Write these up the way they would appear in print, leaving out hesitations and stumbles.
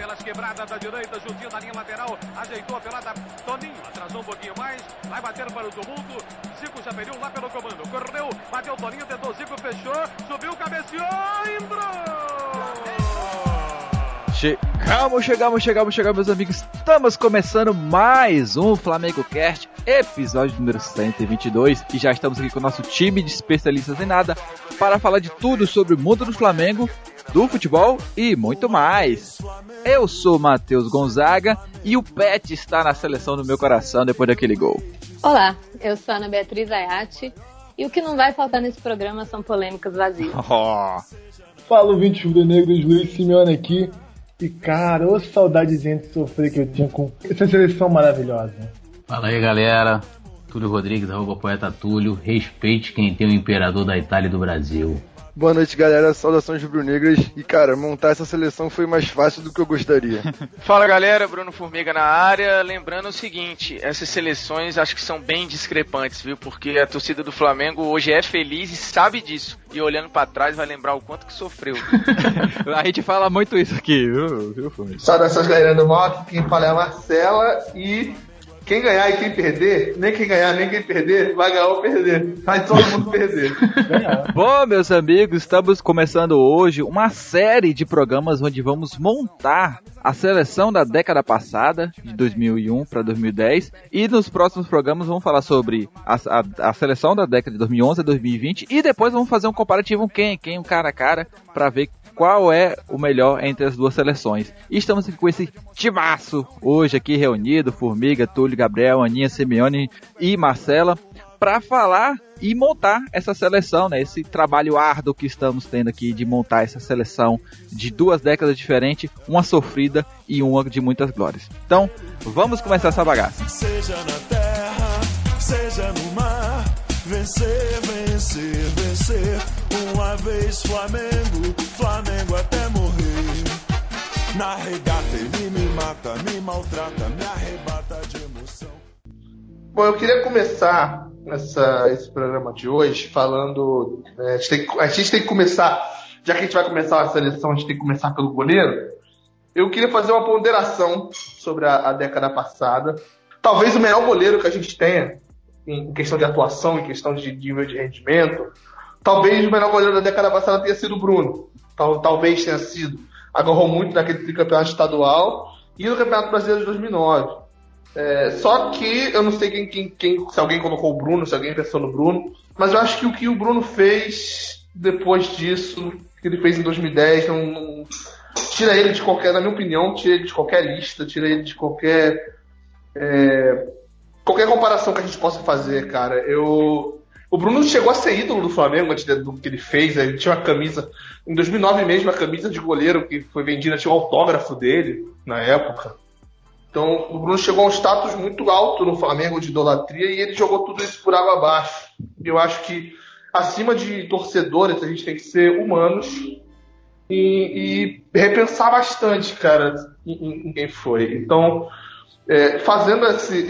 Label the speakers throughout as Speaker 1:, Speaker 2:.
Speaker 1: pelas quebradas da direita, juntinho da linha lateral, ajeitou a pelada, Toninho, atrasou um pouquinho mais, vai bater para o tumulto, Zico já perdeu lá pelo comando, correu, bateu Toninho, tentou Zico, fechou, subiu, cabeceou, entrou! Chegamos, meus amigos. Estamos começando mais um Flamengo Cast, episódio número 122. E já estamos aqui com o nosso time de especialistas em nada para falar de tudo sobre o mundo do Flamengo, do futebol e muito mais. Eu sou Matheus Gonzaga e o Pet está na seleção do meu coração depois daquele gol.
Speaker 2: Olá, eu sou Ana Beatriz Ayati e o que não vai faltar nesse programa são polêmicas vazias.
Speaker 3: Fala, ouvintes rubro-negros, Luiz Simeone aqui. E cara, ô saudadezinha de sofrer que eu tinha com essa seleção maravilhosa.
Speaker 4: Fala aí, galera. Túlio Rodrigues, @poeta Túlio. Respeite quem tem o imperador da Itália e do Brasil.
Speaker 5: Boa noite, galera. Saudações rubro-negras. E, cara, montar essa seleção foi mais fácil do que eu gostaria.
Speaker 6: Fala, galera. Bruno Formiga na área. Lembrando o seguinte, essas seleções acho que são bem discrepantes, viu? Porque a torcida do Flamengo hoje é feliz e sabe disso. E olhando pra trás vai lembrar o quanto que sofreu.
Speaker 7: A gente fala muito isso aqui, viu Formiga?
Speaker 8: Saudações, galera do Moto. Quem fala é a Marcela e... quem ganhar e quem perder, nem quem ganhar nem quem perder, vai ganhar ou perder. Vai todo mundo perder.
Speaker 7: Bom, meus amigos, estamos começando hoje uma série de programas onde vamos montar a seleção da década passada, de 2001 para 2010. E nos próximos programas vamos falar sobre a seleção da década de 2011 a 2020. E depois vamos fazer um comparativo quem um cara a cara, para ver qual é o melhor entre as duas seleções. E estamos aqui com esse timaço hoje aqui reunido, Formiga, Túlio, Gabriel, Aninha, Simeone e Marcela, para falar e montar essa seleção, né? Esse trabalho árduo que estamos tendo aqui de montar essa seleção de duas décadas diferentes, uma sofrida e uma de muitas glórias. Então, vamos começar essa bagaça.
Speaker 9: Seja na terra, seja no mar, vencer, vencer, vencer. Uma vez Flamengo, Flamengo até morrer. Na regata ele me mata, me maltrata, me arrebata de emoção.
Speaker 8: Bom, eu queria começar esse programa de hoje falando... a gente tem que começar, já que a gente vai começar a seleção, a gente tem que começar pelo goleiro. Eu queria fazer uma ponderação sobre a década passada. Talvez o melhor goleiro que a gente tenha, em questão de atuação, em questão de nível de rendimento, talvez o melhor goleiro da década passada tenha sido o Bruno. Talvez tenha sido. Agarrou muito naquele tricampeonato estadual e no Campeonato Brasileiro de 2009. Só que eu não sei se alguém colocou o Bruno, se alguém pensou no Bruno, mas eu acho que o que o Bruno fez depois disso, que ele fez em 2010, não tira ele de qualquer, na minha opinião, tira ele de qualquer lista, tira ele de qualquer comparação que a gente possa fazer, cara. O Bruno chegou a ser ídolo do Flamengo antes do que ele fez. Ele tinha uma camisa, em 2009 mesmo, a camisa de goleiro que foi vendida, tinha o autógrafo dele na época. Então o Bruno chegou a um status muito alto no Flamengo de idolatria e ele jogou tudo isso por água abaixo. Eu acho que acima de torcedores a gente tem que ser humanos e repensar bastante, cara, em quem foi. Então, fazendo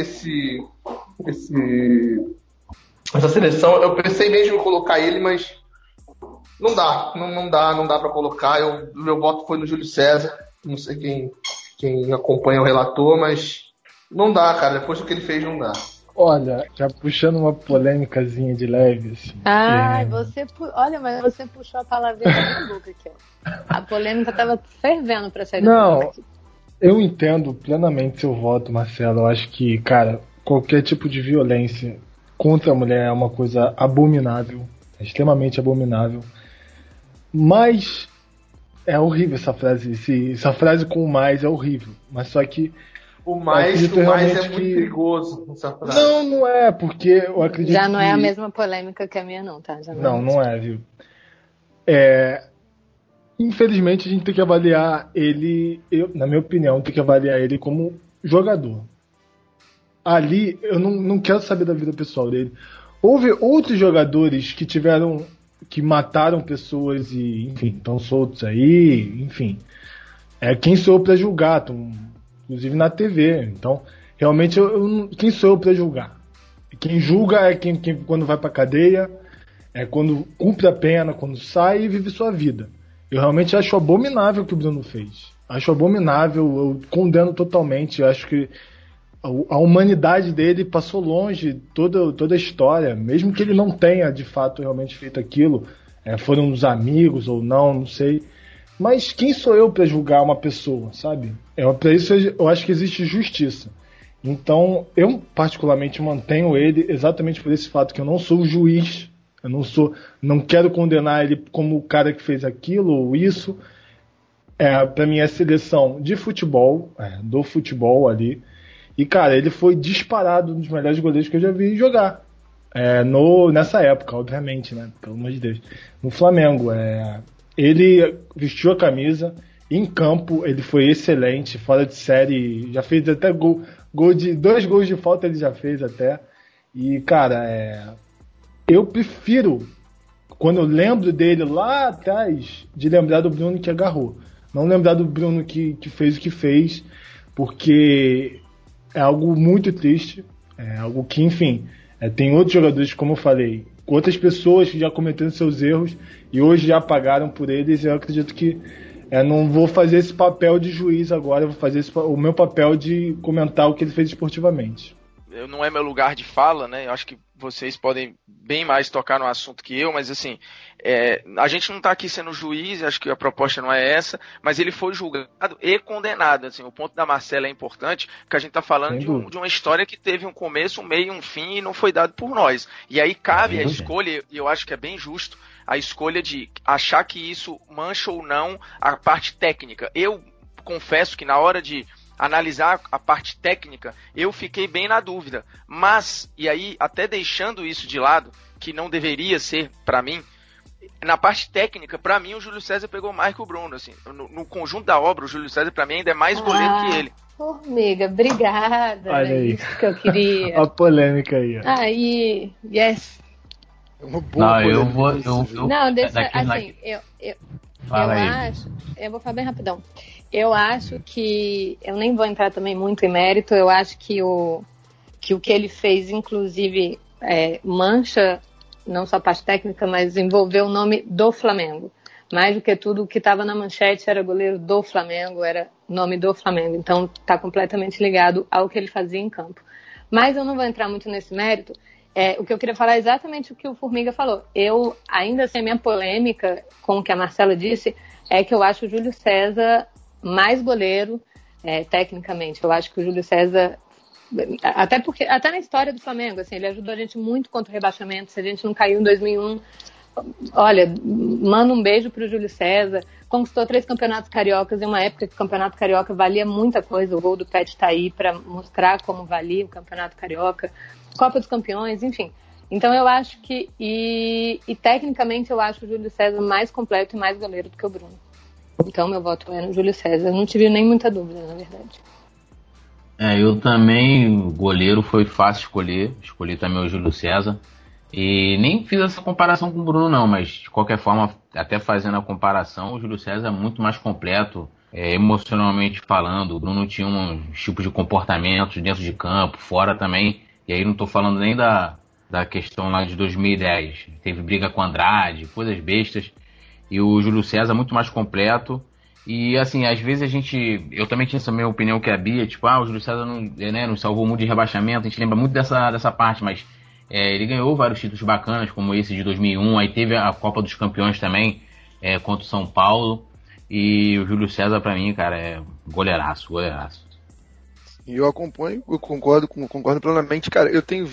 Speaker 8: essa seleção, eu pensei mesmo em colocar ele, mas não dá pra colocar. Meu voto foi no Júlio César, não sei quem acompanha o relator, mas não dá, cara, depois do que ele fez não dá.
Speaker 3: Olha, já puxando uma polêmicazinha de leve, assim.
Speaker 2: Olha, mas você puxou a palavra da minha boca aqui, ó. A polêmica tava fervendo pra sair do
Speaker 3: Não, eu entendo plenamente seu voto, Marcelo. Eu acho que, cara, qualquer tipo de violência contra a mulher é uma coisa abominável, extremamente abominável. Mas é horrível essa frase. Essa frase com o mais é horrível. Mas só que
Speaker 8: o mais é muito perigoso nessa frase.
Speaker 3: Não é, porque eu acredito
Speaker 2: já não é a mesma polêmica que a minha, não, tá? Já
Speaker 3: não é, viu? Infelizmente a gente tem que avaliar ele, na minha opinião, tem que avaliar ele como jogador. Ali, eu não quero saber da vida pessoal dele. Houve outros jogadores que mataram pessoas e, enfim, estão soltos aí, enfim. Quem sou eu pra julgar? Inclusive na TV. Então, realmente, quem sou eu pra julgar? Quem julga é quem quando vai pra cadeia, quando cumpre a pena, quando sai e vive sua vida. Eu realmente acho abominável o que o Bruno fez. Acho abominável, eu condeno totalmente. Eu acho que a humanidade dele passou longe toda a história, mesmo que ele não tenha de fato realmente feito aquilo, foram os amigos ou não sei. Mas quem sou eu para julgar uma pessoa, sabe? Para isso eu acho que existe justiça. Então, eu particularmente mantenho ele exatamente por esse fato que eu não sou o juiz, eu não quero condenar ele como o cara que fez aquilo ou isso. Para mim é seleção de futebol, do futebol ali. E, cara, ele foi disparado um dos melhores goleiros que eu já vi jogar. Nessa época, obviamente, né? Pelo amor de Deus. No Flamengo, ele vestiu a camisa, em campo ele foi excelente, fora de série, já fez até dois gols de falta ele já fez até. E, cara, eu prefiro, quando eu lembro dele lá atrás, de lembrar do Bruno que agarrou. Não lembrar do Bruno que fez o que fez, porque é algo muito triste, é algo que, enfim, tem outros jogadores, como eu falei, outras pessoas que já cometeram seus erros e hoje já pagaram por eles, e eu acredito que não vou fazer esse papel de juiz agora, eu vou fazer o meu papel de comentar o que ele fez esportivamente.
Speaker 6: Não é meu lugar de fala, né? Eu acho que vocês podem bem mais tocar no assunto que eu, mas assim, a gente não está aqui sendo juiz, acho que a proposta não é essa, mas ele foi julgado e condenado. Assim, o ponto da Marcela é importante, porque a gente está falando de uma história que teve um começo, um meio, um fim e não foi dado por nós. E aí cabe a escolha, e eu acho que é bem justo, a escolha de achar que isso mancha ou não a parte técnica. Eu confesso que na hora de analisar a parte técnica, eu fiquei bem na dúvida. Mas, e aí, até deixando isso de lado, que não deveria ser pra mim, na parte técnica, pra mim, o Júlio César pegou mais que o Bruno. Assim, no conjunto da obra, o Júlio César, pra mim, ainda é mais goleiro que ele.
Speaker 2: Formiga, obrigada.
Speaker 3: Olha
Speaker 2: é
Speaker 3: aí.
Speaker 2: isso que eu queria.
Speaker 3: A polêmica aí.
Speaker 2: Aí, yes.
Speaker 5: É uma boa polêmica.
Speaker 2: Não, deixa, assim, eu vou falar bem rapidão. Eu acho que, eu nem vou entrar também muito em mérito, eu acho que o que ele fez, inclusive, mancha não só a parte técnica, mas envolveu o nome do Flamengo. Mais do que tudo, o que estava na manchete era goleiro do Flamengo, era nome do Flamengo. Então, está completamente ligado ao que ele fazia em campo. Mas eu não vou entrar muito nesse mérito. O que eu queria falar é exatamente o que o Formiga falou. Eu, ainda sem minha polêmica com o que a Marcela disse, é que eu acho o Júlio César mais goleiro, tecnicamente. Eu acho que o Júlio César, até na história do Flamengo, assim, ele ajudou a gente muito contra o rebaixamento. Se a gente não caiu em 2001, olha, manda um beijo pro Júlio César. Conquistou 3 campeonatos cariocas em uma época que o campeonato carioca valia muita coisa. O gol do Pet tá aí para mostrar como valia o campeonato carioca, Copa dos Campeões, enfim. Então eu acho que, e tecnicamente eu acho o Júlio César mais completo e mais goleiro do que o Bruno. Então meu voto é no Júlio César. Eu não tive nem muita dúvida, na verdade.
Speaker 4: Eu também, goleiro foi fácil escolher. Escolhi também o Júlio César. E nem fiz essa comparação com o Bruno não, mas de qualquer forma, até fazendo a comparação, o Júlio César é muito mais completo, emocionalmente falando. O Bruno tinha um tipo de comportamento dentro de campo, fora também. E aí não estou falando nem da questão lá de 2010. Teve briga com Andrade, coisas bestas. E o Júlio César muito mais completo. E assim, às vezes eu também tinha essa minha opinião que a Bia, tipo, o Júlio César não salvou muito de rebaixamento. A gente lembra muito dessa parte, mas ele ganhou vários títulos bacanas, como esse de 2001. Aí teve a Copa dos Campeões também, contra o São Paulo. E o Júlio César, pra mim, cara, é goleiraço.
Speaker 5: E eu acompanho, eu concordo plenamente. Cara, eu tenho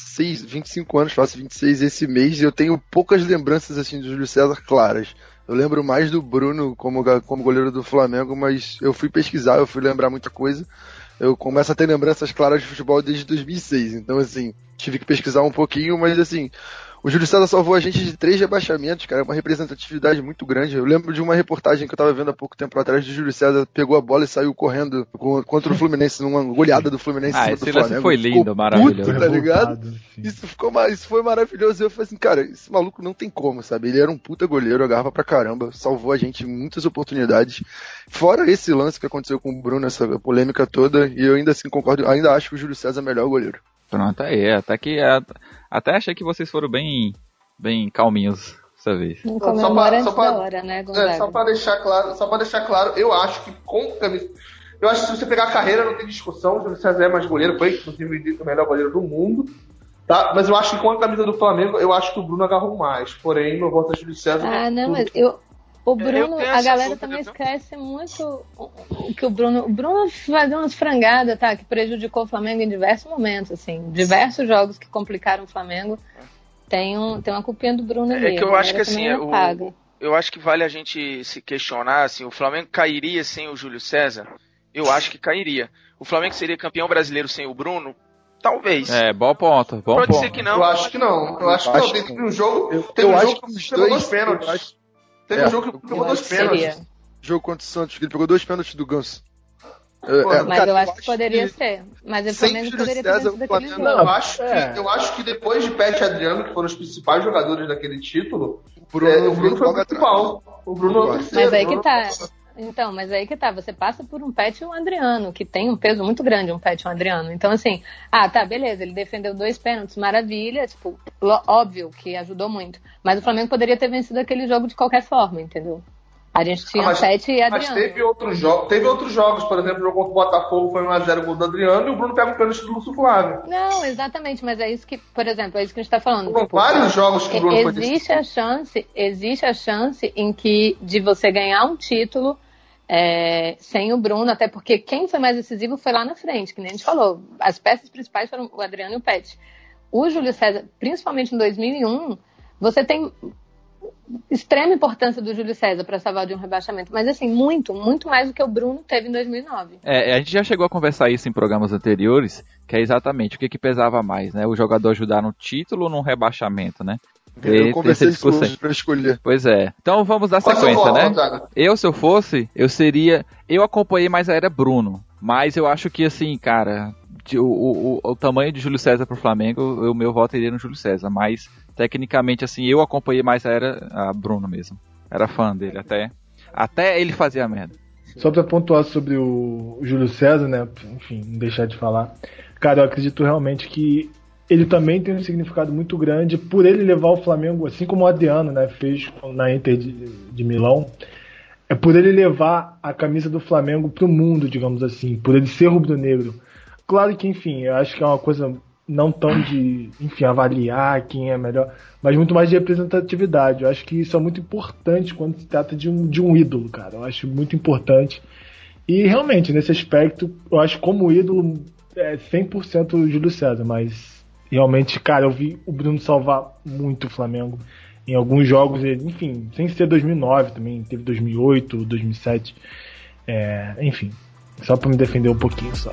Speaker 5: 25 anos, faço 26 esse mês, e eu tenho poucas lembranças assim do Júlio César claras. Eu lembro mais do Bruno como goleiro do Flamengo, mas eu fui pesquisar, eu fui lembrar muita coisa. Eu começo a ter lembranças claras de futebol desde 2006, então assim, tive que pesquisar um pouquinho, mas assim, o Júlio César salvou a gente de 3 rebaixamentos, cara, é uma representatividade muito grande. Eu lembro de uma reportagem que eu tava vendo há pouco tempo atrás de Júlio César, pegou a bola e saiu correndo contra o Fluminense, numa goleada do Fluminense.
Speaker 1: Esse lance foi lindo, maravilhoso.
Speaker 5: Puto, tá ligado? Isso foi maravilhoso. Eu falei assim, cara, esse maluco não tem como, sabe? Ele era um puta goleiro, agarrava pra caramba, salvou a gente em muitas oportunidades. Fora esse lance que aconteceu com o Bruno, essa polêmica toda, e eu ainda assim concordo, ainda acho que o Júlio César é o melhor goleiro.
Speaker 1: Pronto, aí, até achei que vocês foram bem calminhos dessa vez.
Speaker 2: Não comemora antes da hora, né, Gonzaga?
Speaker 8: Só pra deixar claro, eu acho que com camisa... Eu acho que se você pegar a carreira, não tem discussão. O Júlio César é mais goleiro, foi inclusive o melhor goleiro do mundo. Tá? Mas eu acho que com a camisa do Flamengo, eu acho que o Bruno agarrou mais. Porém, meu voto é Júlio César.
Speaker 2: Ah, não, mas o Bruno, a galera também esquece muito que o Bruno fazia umas frangadas, tá? Que prejudicou o Flamengo em diversos momentos, assim. Diversos jogos que complicaram o Flamengo. Tem uma culpinha do Bruno ali.
Speaker 6: É que eu acho que assim, eu acho que vale a gente se questionar, assim, o Flamengo cairia sem o Júlio César? Eu acho que cairia. O Flamengo seria campeão brasileiro sem o Bruno? Talvez.
Speaker 1: Bom ponto.
Speaker 6: Pode ser que não.
Speaker 8: Eu acho que não. Teve um jogo que pegou 2 pênaltis. Teve um jogo que pegou 2 pênaltis.
Speaker 5: Jogo contra o Santos, que ele pegou 2 pênaltis do Ganso.
Speaker 2: Mas eu acho que poderia ser. Mas o Flamengo poderia ter vencido daquele jogo.
Speaker 8: Eu acho que depois de Pet e Adriano, que foram os principais jogadores daquele título, o Bruno foi o principal. O Bruno
Speaker 2: Mas aí que tá. Então, mas aí que tá, você passa por um Pet e um Adriano, que tem um peso muito grande, um Pet e um Adriano. Então, assim, tá, beleza, ele defendeu 2 pênaltis, maravilha, tipo, óbvio que ajudou muito. Mas o Flamengo poderia ter vencido aquele jogo de qualquer forma, entendeu? A gente tinha Pet e Adriano.
Speaker 8: Mas teve outros jogos, por exemplo, o jogo contra o Botafogo foi 1x0 gol do Adriano e o Bruno pega um pênalti do Lúcio Flávio.
Speaker 2: Não, exatamente, mas é isso que, por exemplo, é isso que a gente tá falando.
Speaker 8: Foram vários jogos que o Bruno foi
Speaker 2: existe a chance em que de você ganhar um título sem o Bruno, até porque quem foi mais decisivo foi lá na frente, que nem a gente falou. As peças principais foram o Adriano e o Pet. O Júlio César, principalmente em 2001, você tem extrema importância do Júlio César para salvar de um rebaixamento, mas assim, muito, muito mais do que o Bruno teve em 2009.
Speaker 1: A gente já chegou a conversar isso em programas anteriores, que é exatamente o que pesava mais, né? O jogador ajudar no título ou no rebaixamento, né?
Speaker 5: Eu conversei isso hoje pra escolher.
Speaker 1: Pois é. Então vamos dar sequência, né? Se eu fosse, eu acompanhei mais a era Bruno, mas eu acho que assim, cara, o tamanho de Júlio César pro Flamengo, o meu voto iria no Júlio César, mas tecnicamente assim, eu acompanhei mais a Bruno mesmo. Era fã dele, até ele fazia merda.
Speaker 3: Só pra pontuar sobre o Júlio César, né, enfim, não deixar de falar, cara, eu acredito realmente que ele também tem um significado muito grande por ele levar o Flamengo, assim como o Adriano, né, fez na Inter de Milão, é por ele levar a camisa do Flamengo pro mundo, digamos assim, por ele ser rubro-negro. Claro que, enfim, eu acho que é uma coisa não tão de, enfim, avaliar quem é melhor, mas muito mais de representatividade. Eu acho que isso é muito importante quando se trata de um ídolo, cara. Eu acho muito importante. E realmente, nesse aspecto, eu acho que como ídolo é 100% o Júlio César, mas realmente, cara, eu vi o Bruno salvar muito o Flamengo em alguns jogos, enfim, sem ser 2009 também, teve 2008, 2007, enfim, só pra me defender um pouquinho só.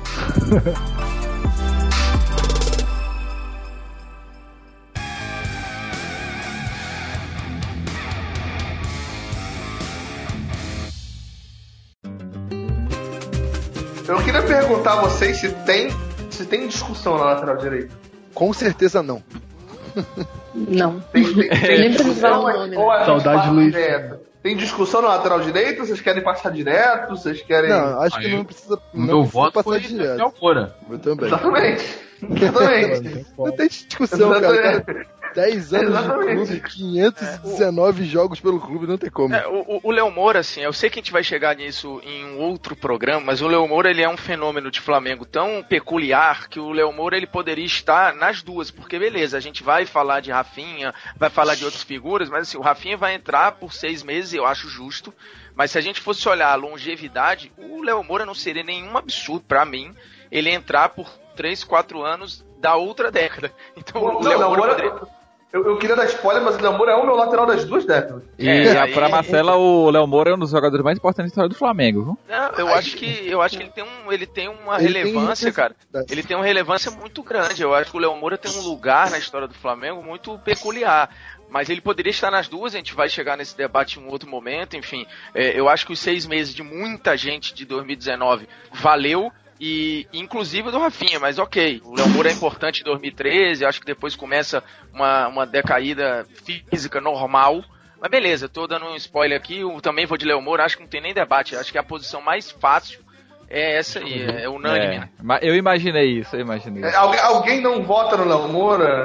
Speaker 8: Eu queria perguntar a vocês se tem discussão na lateral direita.
Speaker 5: Com certeza não.
Speaker 2: Não. Nem precisava o nome.
Speaker 3: Saudade, Luiz.
Speaker 8: Tem discussão na lateral direita? Vocês querem passar direto? Vocês querem...
Speaker 5: Não, acho que não precisa.
Speaker 4: Meu voto foi direto.
Speaker 5: Eu também.
Speaker 8: Exatamente.
Speaker 5: Não tem discussão, cara. 10 anos de clube, 519 jogos pelo clube, não tem como.
Speaker 6: O Léo Moura, assim, eu sei que a gente vai chegar nisso em um outro programa, mas o Léo Moura, ele é um fenômeno de Flamengo tão peculiar que o Léo Moura, ele poderia estar nas duas, porque beleza, a gente vai falar de Rafinha, vai falar de outras figuras, mas assim, o Rafinha vai entrar por 6 meses, eu acho justo, mas se a gente fosse olhar a longevidade, o Léo Moura não seria nenhum absurdo pra mim ele entrar por 3, 4 anos da outra década. Então o Léo Moura poderia...
Speaker 8: Eu queria dar spoiler, mas o Léo Moura é o meu lateral das 2 décadas.
Speaker 1: E pra Marcela, o Léo Moura é um dos jogadores mais importantes da história do Flamengo, viu?
Speaker 6: Não, eu acho que ele tem uma relevância, cara. Ele tem uma relevância muito grande. Eu acho que o Léo Moura tem um lugar na história do Flamengo muito peculiar. Mas ele poderia estar nas duas, a gente vai chegar nesse debate em um outro momento, enfim. Eu acho que os 6 meses de muita gente de 2019 valeu. E inclusive do Rafinha, mas ok, o Léo Moura é importante em 2013, acho que depois começa uma decaída física normal, mas beleza, tô dando um spoiler aqui, eu também vou de Léo Moura, acho que não tem nem debate, acho que a posição mais fácil é essa aí, é unânime, né?
Speaker 1: Eu imaginei isso,
Speaker 8: Alguém não vota no Léo Moura?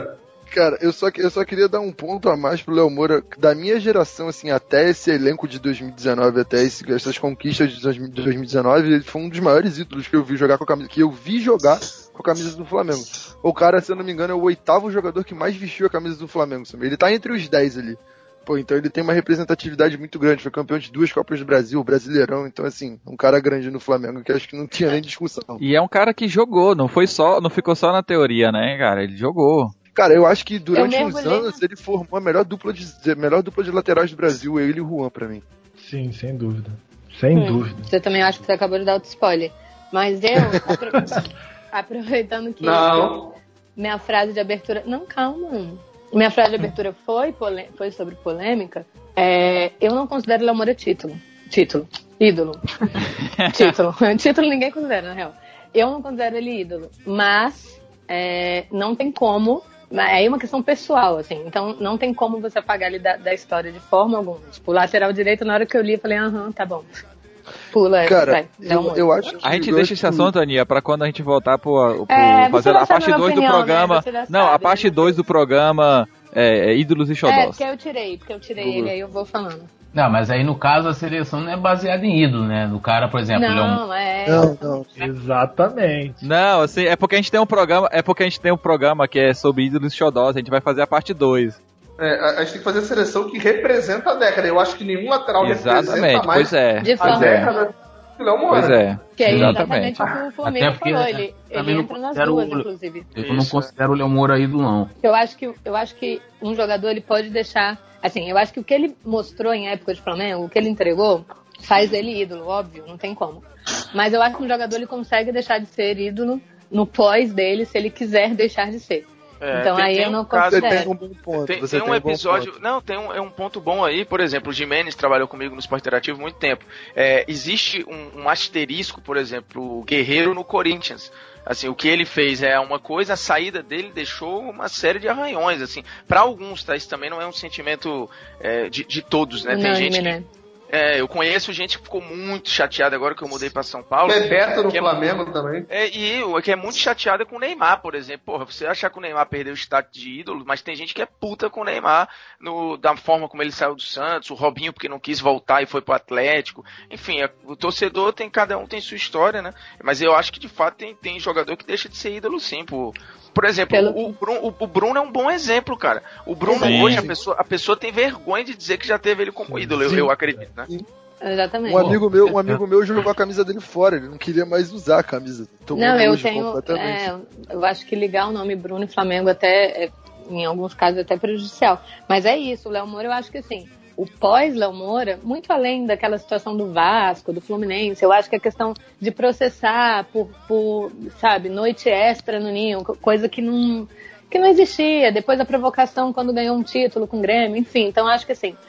Speaker 5: Cara, eu só queria dar um ponto a mais pro Léo Moura. Da minha geração, assim, até esse elenco de 2019, até essas conquistas de 2019, ele foi um dos maiores ídolos que eu vi jogar com a camisa, com a camisa do Flamengo. O cara, se eu não me engano, é o 8º jogador que mais vestiu a camisa do Flamengo. Sabe? Ele tá entre os 10 ali. Pô, então ele tem uma representatividade muito grande. Foi campeão de 2 Copas do Brasil, Brasileirão. Então, assim, um cara grande no Flamengo que acho que não tinha nem discussão.
Speaker 1: E é um cara que jogou, não ficou só na teoria, né, cara? Ele jogou.
Speaker 5: Cara, eu acho que durante uns anos ele formou a melhor dupla de laterais do Brasil, ele e o Juan, pra mim.
Speaker 3: Sim, sem dúvida. Sem dúvida.
Speaker 2: Você também acha que você acabou de dar outro spoiler. Mas eu, aproveitando que minha frase de abertura... Não, calma. Minha frase de abertura foi sobre polêmica. Eu não considero Léo Moura ídolo. Título ninguém considera, na real. Eu não considero ele ídolo. Mas não tem como... É uma questão pessoal, assim. Então, não tem como você apagar ele da história de forma alguma. Tipo, lateral direito, na hora que eu li, eu falei, tá bom. Pula.
Speaker 5: Cara, eu acho que...
Speaker 1: A gente deixa esse assunto, Aninha, pra quando a gente voltar pro fazer a parte 2 do programa. Né? Não, a parte 2 do programa Ídolos e Xodós.
Speaker 2: Porque eu tirei ele, aí eu vou falando.
Speaker 4: Não, mas aí no caso a seleção não é baseada em ídolo, né? No cara, por exemplo,
Speaker 2: não.
Speaker 3: Exatamente.
Speaker 1: Não, assim, é porque a gente tem um programa que é sobre ídolos e xodós, a gente vai fazer a parte 2.
Speaker 8: A gente tem que fazer a seleção que representa a década. Eu acho que nenhum lateral representa mais
Speaker 1: pois é.
Speaker 8: a década que Léo Moura.
Speaker 1: Pois é.
Speaker 2: Que é exatamente o que o Formiga falou. Ele entra nas duas, inclusive.
Speaker 4: Eu não considero o Léo Moura ídolo, não.
Speaker 2: Eu acho que um jogador ele pode deixar... Assim, eu acho que o que ele mostrou em época de Flamengo, o que ele entregou, faz ele ídolo, óbvio, não tem como. Mas eu acho que um jogador ele consegue deixar de ser ídolo no pós dele, se ele quiser deixar de ser. Então aí eu não considero.
Speaker 5: Você tem um bom ponto.
Speaker 6: Tem um episódio... Não, tem um ponto bom aí. Por exemplo, o Gimenez trabalhou comigo no Esporte Interativo há muito tempo. Existe um asterisco, por exemplo, o Guerreiro no Corinthians. Assim, o que ele fez é uma coisa, a saída dele deixou uma série de arranhões, assim. Pra alguns, tá? Isso também não é um sentimento de todos, né? Tem gente que... eu conheço gente que ficou muito chateada agora que eu mudei pra São Paulo.
Speaker 8: Bebeto no Flamengo também.
Speaker 6: Que é muito chateada com o Neymar, por exemplo. Porra, você achar que o Neymar perdeu o status de ídolo, mas tem gente que é puta com o Neymar da forma como ele saiu do Santos, o Robinho porque não quis voltar e foi pro Atlético. Enfim, o torcedor cada um tem sua história, né? Mas eu acho que de fato tem jogador que deixa de ser ídolo sim, Por exemplo, o Bruno é um bom exemplo, cara. O Bruno hoje, a pessoa tem vergonha de dizer que já teve ele como ídolo, eu acredito, né?
Speaker 2: Exatamente.
Speaker 5: Um amigo meu jogou a camisa dele fora, ele não queria mais usar a camisa.
Speaker 2: Eu acho que ligar o nome Bruno e Flamengo até, em alguns casos, até prejudicial. Mas é isso, o Léo Moura, eu acho que assim, o pós-Léo Moura, muito além daquela situação do Vasco, do Fluminense, eu acho que a questão de processar por sabe, noite extra no Ninho, coisa que não existia, depois a provocação quando ganhou um título com o Grêmio, enfim, então acho que assim,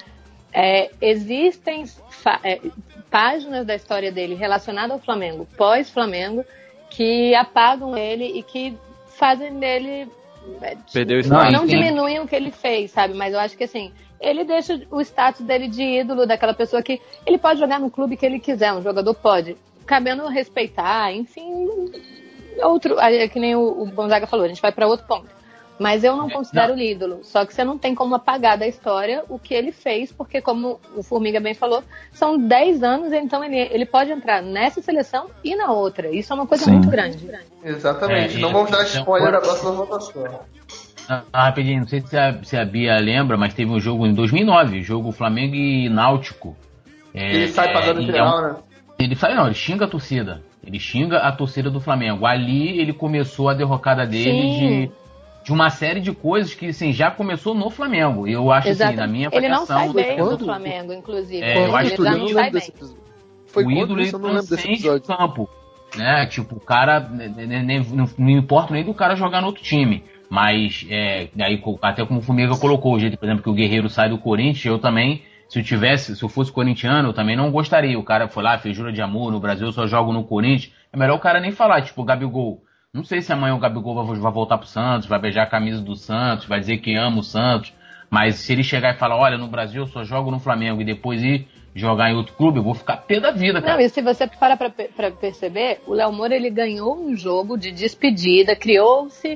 Speaker 2: existem páginas da história dele relacionadas ao Flamengo, pós-Flamengo, que apagam ele e que fazem dele não diminuem o que ele fez, sabe, mas eu acho que assim, ele deixa o status dele de ídolo, daquela pessoa que ele pode jogar no clube que ele quiser, um jogador pode, cabendo respeitar, enfim, que nem o Gonzaga falou, a gente vai para outro ponto. Mas eu não considero ídolo, só que você não tem como apagar da história o que ele fez, porque como o Formiga bem falou, são 10 anos, então ele pode entrar nessa seleção e na outra, isso é uma coisa muito grande.
Speaker 8: Exatamente, não vamos dar spoiler da próxima votação.
Speaker 4: Rapidinho, não sei se a Bia lembra, mas teve um jogo em 2009, jogo Flamengo e Náutico.
Speaker 8: Ele sai pagando geral, né?
Speaker 4: Ele xinga a torcida. Ele xinga a torcida do Flamengo. Ali ele começou a derrocada dele de uma série de coisas que assim, já começou no Flamengo. Eu acho assim, na minha avaliação...
Speaker 2: Ele não sai bem no Flamengo, inclusive.
Speaker 4: Eu acho que
Speaker 2: ele não sai bem.
Speaker 5: Foi
Speaker 4: o ídolo ele transcende o campo. Né? Tipo, o cara... Não importa nem do cara jogar no outro time. Mas, aí, até como o Formiga colocou, o jeito, por exemplo, que o Guerreiro sai do Corinthians, eu também, se eu fosse corintiano, eu também não gostaria. O cara foi lá, fez jura de amor, no Brasil eu só jogo no Corinthians. É melhor o cara nem falar, tipo, o Gabigol. Não sei se amanhã o Gabigol vai voltar pro Santos, vai beijar a camisa do Santos, vai dizer que ama o Santos. Mas se ele chegar e falar, olha, no Brasil eu só jogo no Flamengo e depois ir jogar em outro clube, eu vou ficar pé da vida, cara.
Speaker 2: Não, e se você parar pra perceber, o Léo Moura, ele ganhou um jogo de despedida, criou-se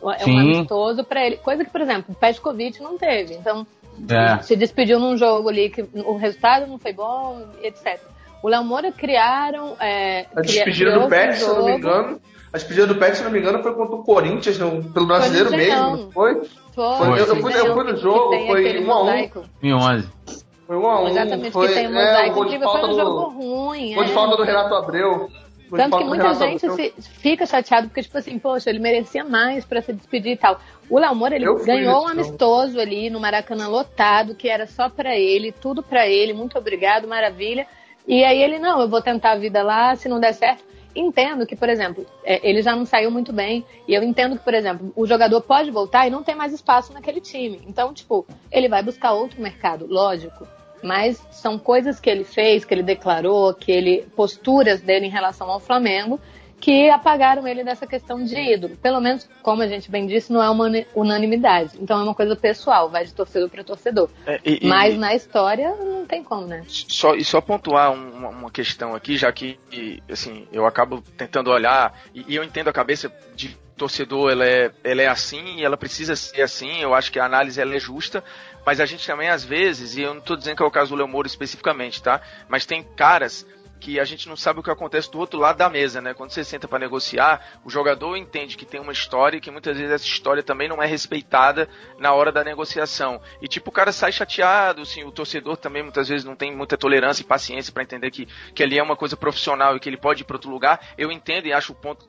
Speaker 2: um amistoso pra ele. Coisa que, por exemplo, o Petkovic não teve. Então, se despediu num jogo ali que o resultado não foi bom, etc. O Léo Moura criaram...
Speaker 8: a despedida do Pet, se eu não me engano... A despedida do Pet, se não me engano, foi contra o Corinthians, pelo brasileiro mesmo, não foi? Eu fui no jogo, foi 1-1.
Speaker 4: Em 11.
Speaker 8: Foi 1-1.
Speaker 2: Exatamente,
Speaker 8: foi,
Speaker 2: que tem um mosaico.
Speaker 8: Foi um jogo
Speaker 2: ruim.
Speaker 8: Foi de falta do Renato Abreu.
Speaker 2: Tanto que muita gente fica chateado, porque, tipo assim, poxa, ele merecia mais pra se despedir e tal. O Léo Moura, ele ganhou um amistoso ali no Maracanã lotado, que era só pra ele, tudo pra ele, muito obrigado, maravilha. E aí ele, não, eu vou tentar a vida lá, se não der certo. Entendo que, por exemplo, ele já não saiu muito bem, e eu entendo que, por exemplo, o jogador pode voltar e não tem mais espaço naquele time. Então, tipo, ele vai buscar outro mercado, lógico. Mas são coisas que ele fez, que ele declarou, posturas dele em relação ao Flamengo, que apagaram ele dessa questão de ídolo. Pelo menos, como a gente bem disse, não é uma unanimidade. Então é uma coisa pessoal, vai de torcedor para torcedor. Mas na história não tem como, né?
Speaker 6: Só pontuar uma questão aqui, já que assim, eu acabo tentando olhar, e eu entendo a cabeça de torcedor, ela é assim, e ela precisa ser assim, eu acho que a análise ela é justa, mas a gente também às vezes, e eu não estou dizendo que é o caso do Léo Moura especificamente, tá? Mas tem caras que a gente não sabe o que acontece do outro lado da mesa, né? Quando você senta para negociar, o jogador entende que tem uma história e que muitas vezes essa história também não é respeitada na hora da negociação. E tipo, o cara sai chateado, assim, o torcedor também muitas vezes não tem muita tolerância e paciência para entender que ali é uma coisa profissional e que ele pode ir para outro lugar. Eu entendo e acho o ponto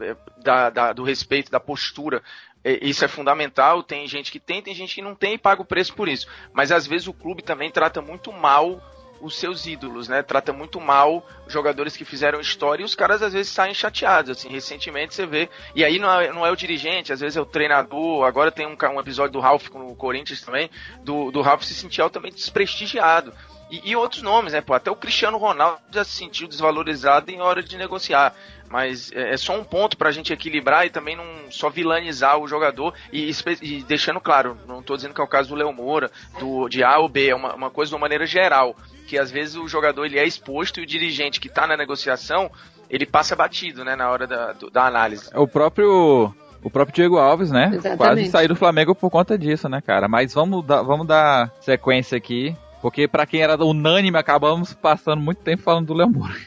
Speaker 6: do respeito, da postura. Isso é fundamental, tem gente que tem gente que não tem e paga o preço por isso. Mas às vezes o clube também trata muito mal os seus ídolos, né? Trata muito mal jogadores que fizeram história e os caras às vezes saem chateados, assim, recentemente você vê, e aí não é o dirigente, às vezes é o treinador, agora tem um episódio do Ralf com o Corinthians também, do Ralf se sentir altamente desprestigiado. E outros nomes, né, pô, até o Cristiano Ronaldo já se sentiu desvalorizado em hora de negociar, mas é só um ponto pra gente equilibrar e também não só vilanizar o jogador e deixando claro, não tô dizendo que é o caso do Léo Moura, de A ou B, é uma coisa de uma maneira geral, que às vezes o jogador ele é exposto e o dirigente que tá na negociação, ele passa batido, né, na hora da análise.
Speaker 1: O próprio Diego Alves, né,
Speaker 2: exatamente,
Speaker 1: quase saiu do Flamengo por conta disso, né, cara, mas vamos dar sequência aqui. Porque pra quem era unânime, acabamos passando muito tempo falando do Léo Moura.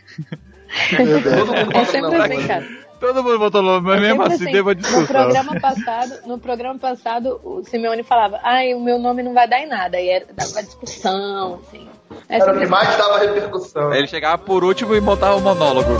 Speaker 2: É sempre assim, cara.
Speaker 1: Todo mundo votou no mas mesmo assim, teve uma discussão.
Speaker 2: No programa passado, o Simeone falava, o meu nome não vai dar em nada. E dava discussão, assim.
Speaker 8: Era o que mais dava repercussão.
Speaker 1: Ele chegava por último e montava o monólogo.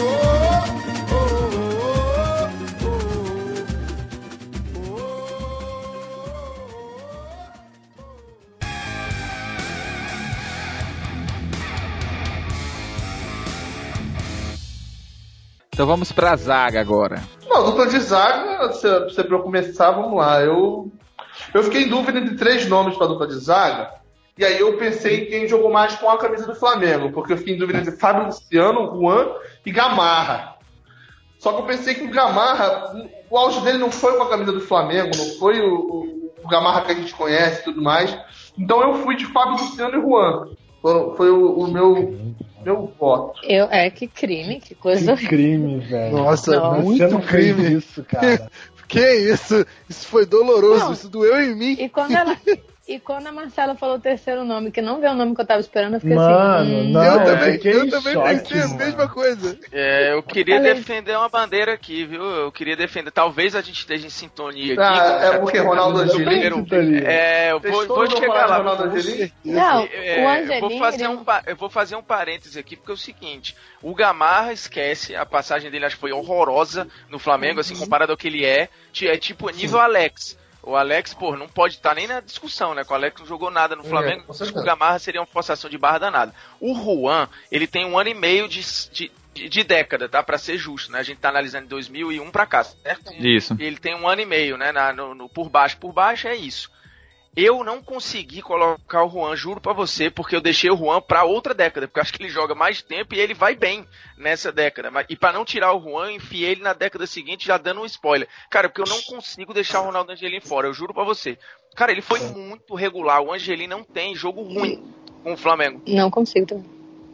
Speaker 1: Então vamos pra zaga agora.
Speaker 8: Não, dupla de zaga, se pra eu começar, vamos lá. Eu fiquei em dúvida entre 3 nomes pra dupla de zaga. E aí eu pensei em quem jogou mais com a camisa do Flamengo. Porque eu fiquei em dúvida entre Fábio Luciano, Juan e Gamarra. Só que eu pensei que o Gamarra, o auge dele não foi com a camisa do Flamengo, não foi o Gamarra que a gente conhece e tudo mais. Então eu fui de Fábio Luciano e Juan. Foi o meu voto.
Speaker 2: Que crime, que coisa.
Speaker 3: Que crime, velho.
Speaker 5: Nossa,
Speaker 2: não,
Speaker 5: muito crime.
Speaker 3: Isso, cara.
Speaker 5: Que isso? Isso foi doloroso,
Speaker 2: não,
Speaker 5: isso doeu em mim.
Speaker 2: E quando a Marcela falou o terceiro nome, que não veio o nome que eu tava esperando, eu fiquei
Speaker 3: assim... Não,
Speaker 5: eu também
Speaker 3: choque,
Speaker 5: pensei a mesma coisa.
Speaker 6: Eu queria defender uma bandeira aqui, viu? Eu queria defender. Talvez a gente esteja em sintonia aqui.
Speaker 8: É porque Ronaldo Angelim?
Speaker 6: Eu vou chegar lá.
Speaker 2: Não, o Angelim...
Speaker 6: Eu vou fazer um parêntese aqui, porque é o seguinte. O Gamarra, esquece, a passagem dele acho que foi horrorosa no Flamengo, assim, comparado ao que ele é tipo nível Alex. O Alex, não pode estar nem na discussão, né? Que o Alex não jogou nada no Flamengo. O Gamarra seria uma forçação de barra danada. O Juan, ele tem 1 ano e meio de década, tá? Pra ser justo, né? A gente tá analisando de 2001 pra cá, certo?
Speaker 1: Isso.
Speaker 6: Ele tem 1 ano e meio, né? Por baixo. Por baixo é isso. Eu não consegui colocar o Juan, juro pra você, porque eu deixei o Juan pra outra década, porque eu acho que ele joga mais tempo e ele vai bem nessa década. E pra não tirar o Juan, eu enfiei ele na década seguinte, já dando um spoiler. Cara, porque eu não consigo deixar o Ronaldo Angelim fora, eu juro pra você. Cara, ele foi muito regular, o Angelim não tem jogo ruim com o Flamengo.
Speaker 2: Não consigo também.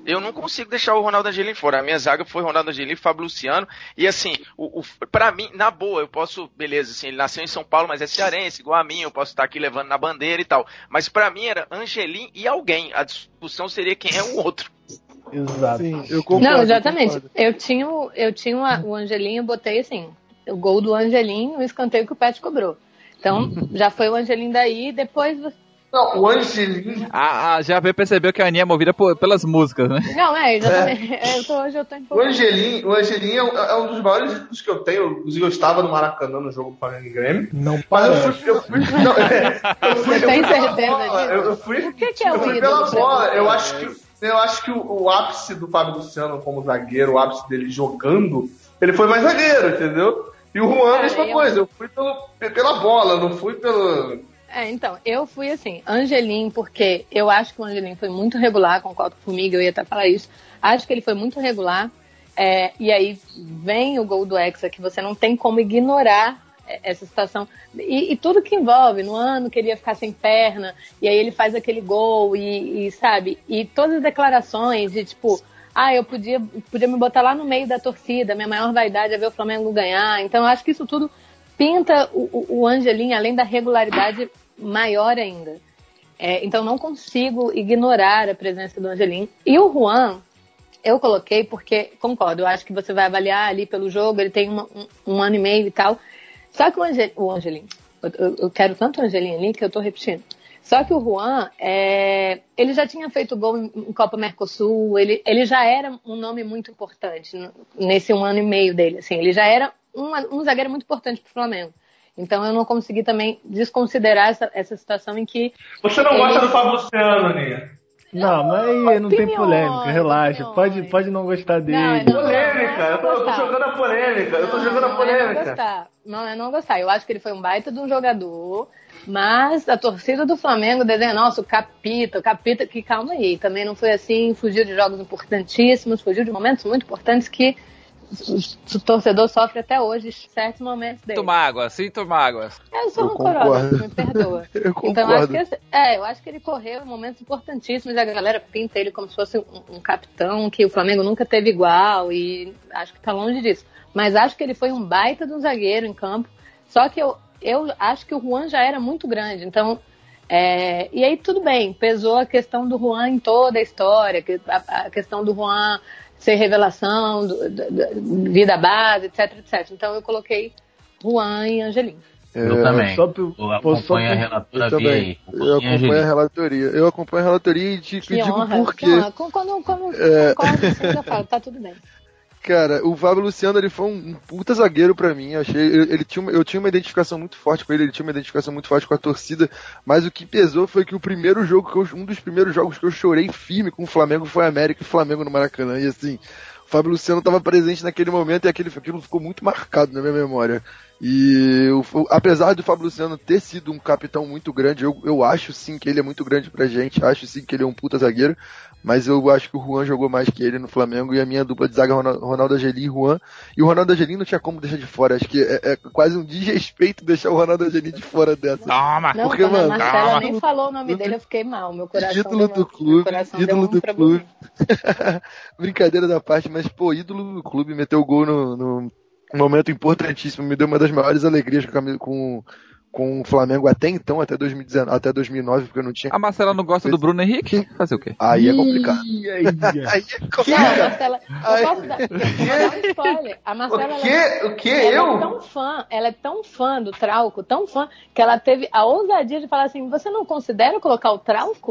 Speaker 6: Eu não consigo deixar o Ronaldo Angelim fora. A minha zaga foi Ronaldo Angelim, Fábio Luciano. E assim, pra mim, na boa, eu posso, beleza, assim, ele nasceu em São Paulo, mas é cearense, igual a mim, eu posso estar aqui levando na bandeira e tal. Mas pra mim era Angelim e alguém. A discussão seria quem é o outro.
Speaker 3: Exato.
Speaker 5: Sim, eu concordo.
Speaker 2: Não, exatamente. Eu tinha o Angelim, eu botei assim, o gol do Angelim, o escanteio que o Pet cobrou. Então, já foi o Angelim daí, depois...
Speaker 8: Não, o Angelim...
Speaker 1: Já percebeu que a Aninha é movida pelas músicas, né?
Speaker 2: Não, exatamente. Hoje eu tô empolgado.
Speaker 8: O Angelim é um dos maiores ídolos que eu tenho. Inclusive, eu estava no Maracanã no jogo do Flamengo e Grêmio.
Speaker 3: Não
Speaker 8: Mas
Speaker 3: parece.
Speaker 8: eu fui
Speaker 2: Você tem certeza disso?
Speaker 8: Eu fui
Speaker 2: O que é
Speaker 8: eu
Speaker 2: o
Speaker 8: fui
Speaker 2: ídolo?
Speaker 8: pela bola. Eu acho que o ápice do Fábio Luciano como zagueiro, o ápice dele jogando, ele foi mais zagueiro, entendeu? E o Juan, a mesma coisa. Eu fui pela bola, não fui pelo...
Speaker 2: Então, eu fui assim, Angelim, porque eu acho que o Angelim foi muito regular, concordo com o Formiga, eu ia até falar isso. Acho que ele foi muito regular. E aí vem o gol do Hexa, que você não tem como ignorar essa situação. E tudo que envolve, no ano que ele ia ficar sem perna, e aí ele faz aquele gol, sabe? E todas as declarações de tipo, eu podia me botar lá no meio da torcida, minha maior vaidade é ver o Flamengo ganhar. Então eu acho que isso tudo pinta o Angelim, além da regularidade, maior ainda. Então não consigo ignorar a presença do Angelim. E o Juan, eu coloquei porque, concordo, eu acho que você vai avaliar ali pelo jogo, ele tem um ano e meio e tal. Só que o Angelim, eu quero tanto o Angelim ali que eu tô repetindo. Só que o Juan, ele já tinha feito gol em Copa Mercosul, ele já era um nome muito importante nesse 1 ano e meio dele. Assim, ele já era um zagueiro muito importante pro Flamengo. Então eu não consegui também desconsiderar essa situação em que...
Speaker 8: Você não gosta do Fábio Luciano, Aninha?
Speaker 3: Não, mas aí não tem polêmica, relaxa. Pode não gostar dele.
Speaker 8: Polêmica, eu tô jogando a polêmica.
Speaker 2: Não é não gostar. Eu acho que ele foi um baita de um jogador, mas a torcida do Flamengo desenha, nossa, o Capita, que calma aí, também não foi assim, fugiu de jogos importantíssimos, fugiu de momentos muito importantes que o torcedor sofre até hoje, certos momentos dele.
Speaker 1: Sinto mágoas.
Speaker 2: Eu sou rancorosa, me perdoa.
Speaker 5: Eu concordo.
Speaker 2: Então, eu acho que ele correu em momentos importantíssimos e a galera pinta ele como se fosse um capitão que o Flamengo nunca teve igual e acho que tá longe disso. Mas acho que ele foi um baita de um zagueiro em campo, só que eu acho que o Juan já era muito grande, então... e aí tudo bem, pesou a questão do Juan em toda a história, a questão do Juan... ser revelação, vida base, etc. Então eu coloquei Juan e Angelim.
Speaker 4: Eu também. Eu acompanho a relatora via aí.
Speaker 5: Eu acompanho a relatoria. Eu acompanho a relatoria e digo por quê.
Speaker 2: Quando concordo, você já fala, tá tudo bem.
Speaker 5: Cara, o Fábio Luciano, ele foi um puta zagueiro pra mim, eu tinha uma identificação muito forte com ele tinha uma identificação muito forte com a torcida, mas o que pesou foi que um dos primeiros jogos que eu chorei firme com o Flamengo foi América e Flamengo no Maracanã, e assim, o Fábio Luciano estava presente naquele momento e aquilo ficou muito marcado na minha memória. E apesar do Fábio Luciano ter sido um capitão muito grande, eu acho sim que ele é muito grande pra gente, acho sim que ele é um puta zagueiro, mas eu acho que o Juan jogou mais que ele no Flamengo e a minha dupla de zaga Ronaldo Angelim e Juan. E o Ronaldo Angelim não tinha como deixar de fora, acho que é quase um desrespeito deixar o Ronaldo Angelim de fora dessa.
Speaker 1: Toma!
Speaker 2: Não, porque, mano, a Marcela nem falou o nome dele, eu fiquei mal, meu coração
Speaker 5: ídolo do clube. Brincadeira da parte, mas pô, ídolo do clube, meteu o gol no momento importantíssimo, me deu uma das maiores alegrias com o Flamengo até então, até 2009, porque eu não tinha...
Speaker 1: A Marcela não gosta do Bruno Henrique? Fazer o quê?
Speaker 5: Aí é complicado.
Speaker 2: Aí é complicado. Não, a Marcela... Eu posso dar um spoiler. A Marcela... Ela é tão fã do Trauco, tão fã, que ela teve a ousadia de falar assim, você não considera colocar o Trauco?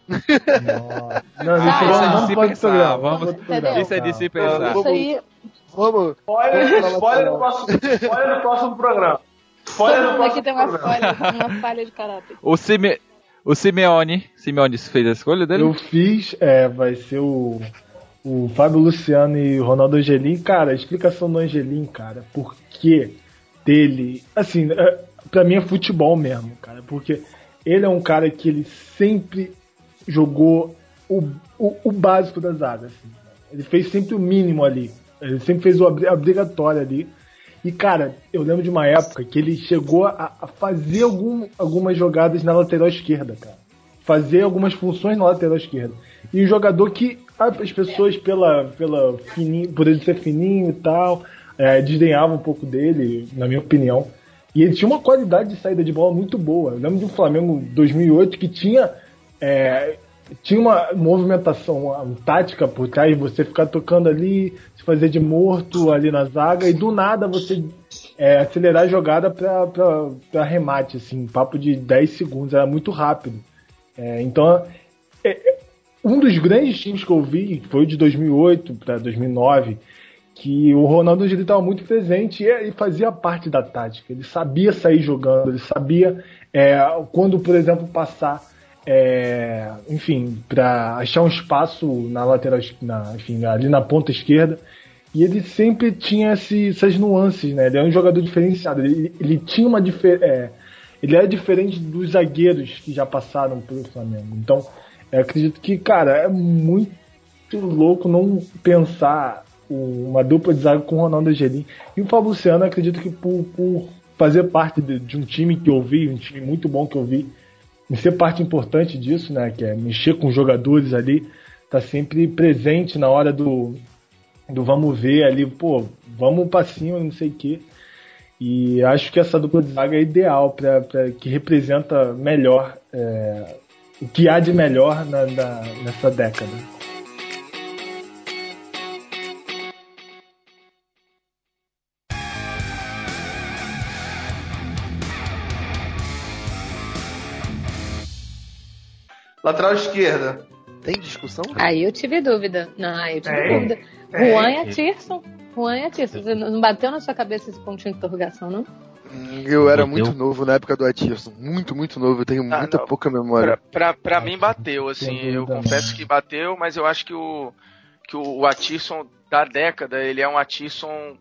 Speaker 3: Não, isso pode ser.
Speaker 1: Isso é de se pensar.
Speaker 2: Isso aí...
Speaker 5: Vamos.
Speaker 8: Spoiler no próximo programa.
Speaker 2: Aqui tem uma falha de caráter.
Speaker 1: O Simeone fez a escolha dele?
Speaker 3: Eu fiz, vai ser o Fábio Luciano e o Ronaldo Angelim. Cara, a explicação do Angelim, cara, por que dele, assim, pra mim é futebol mesmo, cara, porque ele é um cara que ele sempre jogou o básico da zaga, assim. Ele fez sempre o mínimo ali. Ele sempre fez o obrigatório ali. E, cara, eu lembro de uma época que ele chegou a fazer algumas jogadas na lateral esquerda, cara. Fazer algumas funções na lateral esquerda. E um jogador que as pessoas por ele ser fininho e tal, desdenhavam um pouco dele, na minha opinião. E ele tinha uma qualidade de saída de bola muito boa. Eu lembro do Flamengo 2008 que tinha uma movimentação, uma tática por trás, você ficar tocando ali, se fazer de morto ali na zaga, e do nada você acelerar a jogada para remate, assim, papo de 10 segundos, era muito rápido. Então, um dos grandes times que eu vi foi o de 2008 para 2009, que o Ronaldo Angelini estava muito presente e fazia parte da tática. Ele sabia sair jogando, ele sabia quando, por exemplo, passar, para achar um espaço na lateral, ali na ponta esquerda. E ele sempre tinha essas nuances, né? Ele é um jogador diferenciado. Ele tinha ele é diferente dos zagueiros que já passaram pelo Flamengo. Então, eu acredito que, cara, é muito louco não pensar uma dupla de zaga com o Ronaldo Angelini. E o Fábio Luciano, acredito que por fazer parte de um time que eu vi, um time muito bom que eu vi, e ser parte importante disso, né, que é mexer com os jogadores ali, tá sempre presente na hora do vamos ver ali, vamos pra cima, não sei o quê. E acho que essa dupla de zaga é ideal para que representa melhor o que há de melhor nessa década.
Speaker 8: Lateral esquerda.
Speaker 5: Tem discussão?
Speaker 2: Aí eu tive dúvida. Dúvida. Juan e Atirson. Você não bateu na sua cabeça esse pontinho de interrogação, não?
Speaker 5: Eu era muito novo na época do Atirson. Muito, muito novo. Eu tenho pouca memória.
Speaker 6: Pra mim bateu, assim. Eu confesso que bateu, mas eu acho que o Atirson da década, ele é um Atirson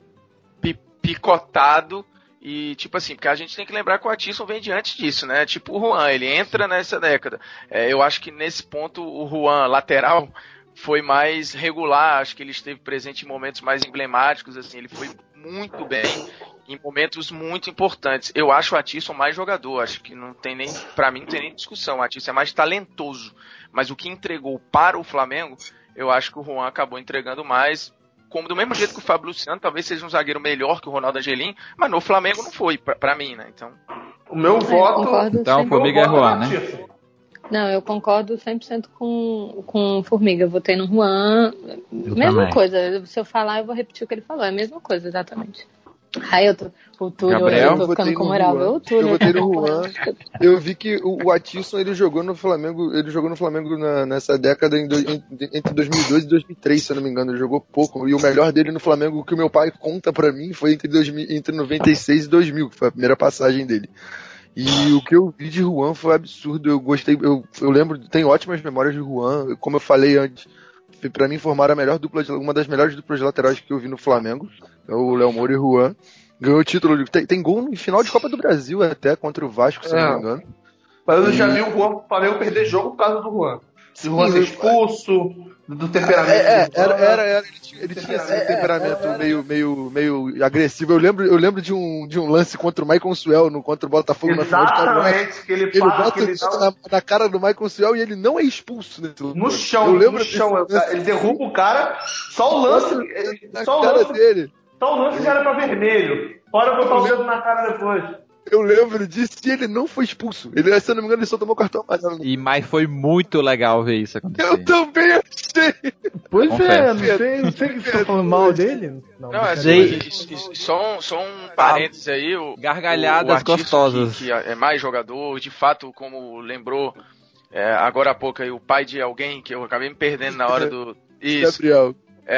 Speaker 6: picotado. E, tipo assim, porque a gente tem que lembrar que o Atirson vem de antes disso, né? Tipo o Juan, ele entra nessa década. Eu acho que nesse ponto o Juan, lateral, foi mais regular. Acho que ele esteve presente em momentos mais emblemáticos, assim. Ele foi muito bem em momentos muito importantes. Eu acho o Atirson mais jogador. Acho que pra mim não tem nem discussão. O Atirson é mais talentoso. Mas o que entregou para o Flamengo, eu acho que o Juan acabou entregando mais. Como do mesmo jeito que o Fábio Luciano talvez seja um zagueiro melhor que o Ronaldo Angelini, mas no Flamengo não foi, pra mim, né? Então,
Speaker 8: o meu voto...
Speaker 1: Então, Formiga é Juan, né?
Speaker 2: Não, eu concordo 100% com o Formiga. Eu votei no Juan. Mesma coisa. Se eu falar, eu vou repetir o que ele falou. É a mesma coisa, exatamente. O Túlio,
Speaker 1: Gabriel,
Speaker 2: eu tô ficando com moral.
Speaker 5: Eu votei no Juan. Eu vi que o Atirson, ele jogou no Flamengo nessa década entre 2002 e 2003, se eu não me engano. Ele jogou pouco. E o melhor dele no Flamengo, que o meu pai conta pra mim, foi entre 96 e 2000, que foi a primeira passagem dele. E o que eu vi de Juan foi absurdo. Eu gostei, eu lembro, tenho ótimas memórias de Juan. Como eu falei antes, pra mim formaram uma das melhores duplas de laterais que eu vi no Flamengo. É o Léo Moura e Juan. Ganhou o título, tem gol em final de Copa do Brasil até, contra o Vasco, se não me engano.
Speaker 8: Mas eu já vi o Flamengo perder jogo por causa do Juan. Se o Juan ser expulso, do temperamento.
Speaker 5: Ele tinha esse temperamento meio agressivo. Eu lembro de um lance contra o Maicon Suel, contra o Botafogo na final de
Speaker 8: Exatamente, que ele
Speaker 5: bota na cara do Maicon Suel e ele não é expulso. Né?
Speaker 8: No chão. Ele derruba o cara, só o lance
Speaker 5: dele.
Speaker 8: Só o lance que era pra vermelho. Fora botar o dedo na cara depois.
Speaker 5: Eu lembro disso e ele não foi expulso. Ele, se eu não me engano, ele só tomou cartão amarelo.
Speaker 1: Mas foi muito legal ver isso acontecer.
Speaker 5: Eu também achei.
Speaker 3: Pois não sei que você tá falando mal dele.
Speaker 6: Não, só um parênteses aí.
Speaker 1: Gargalhadas gostosas.
Speaker 6: Que é mais jogador, de fato, como lembrou agora há pouco aí, o pai de alguém que eu acabei me perdendo na hora do... Isso.
Speaker 5: Gabriel.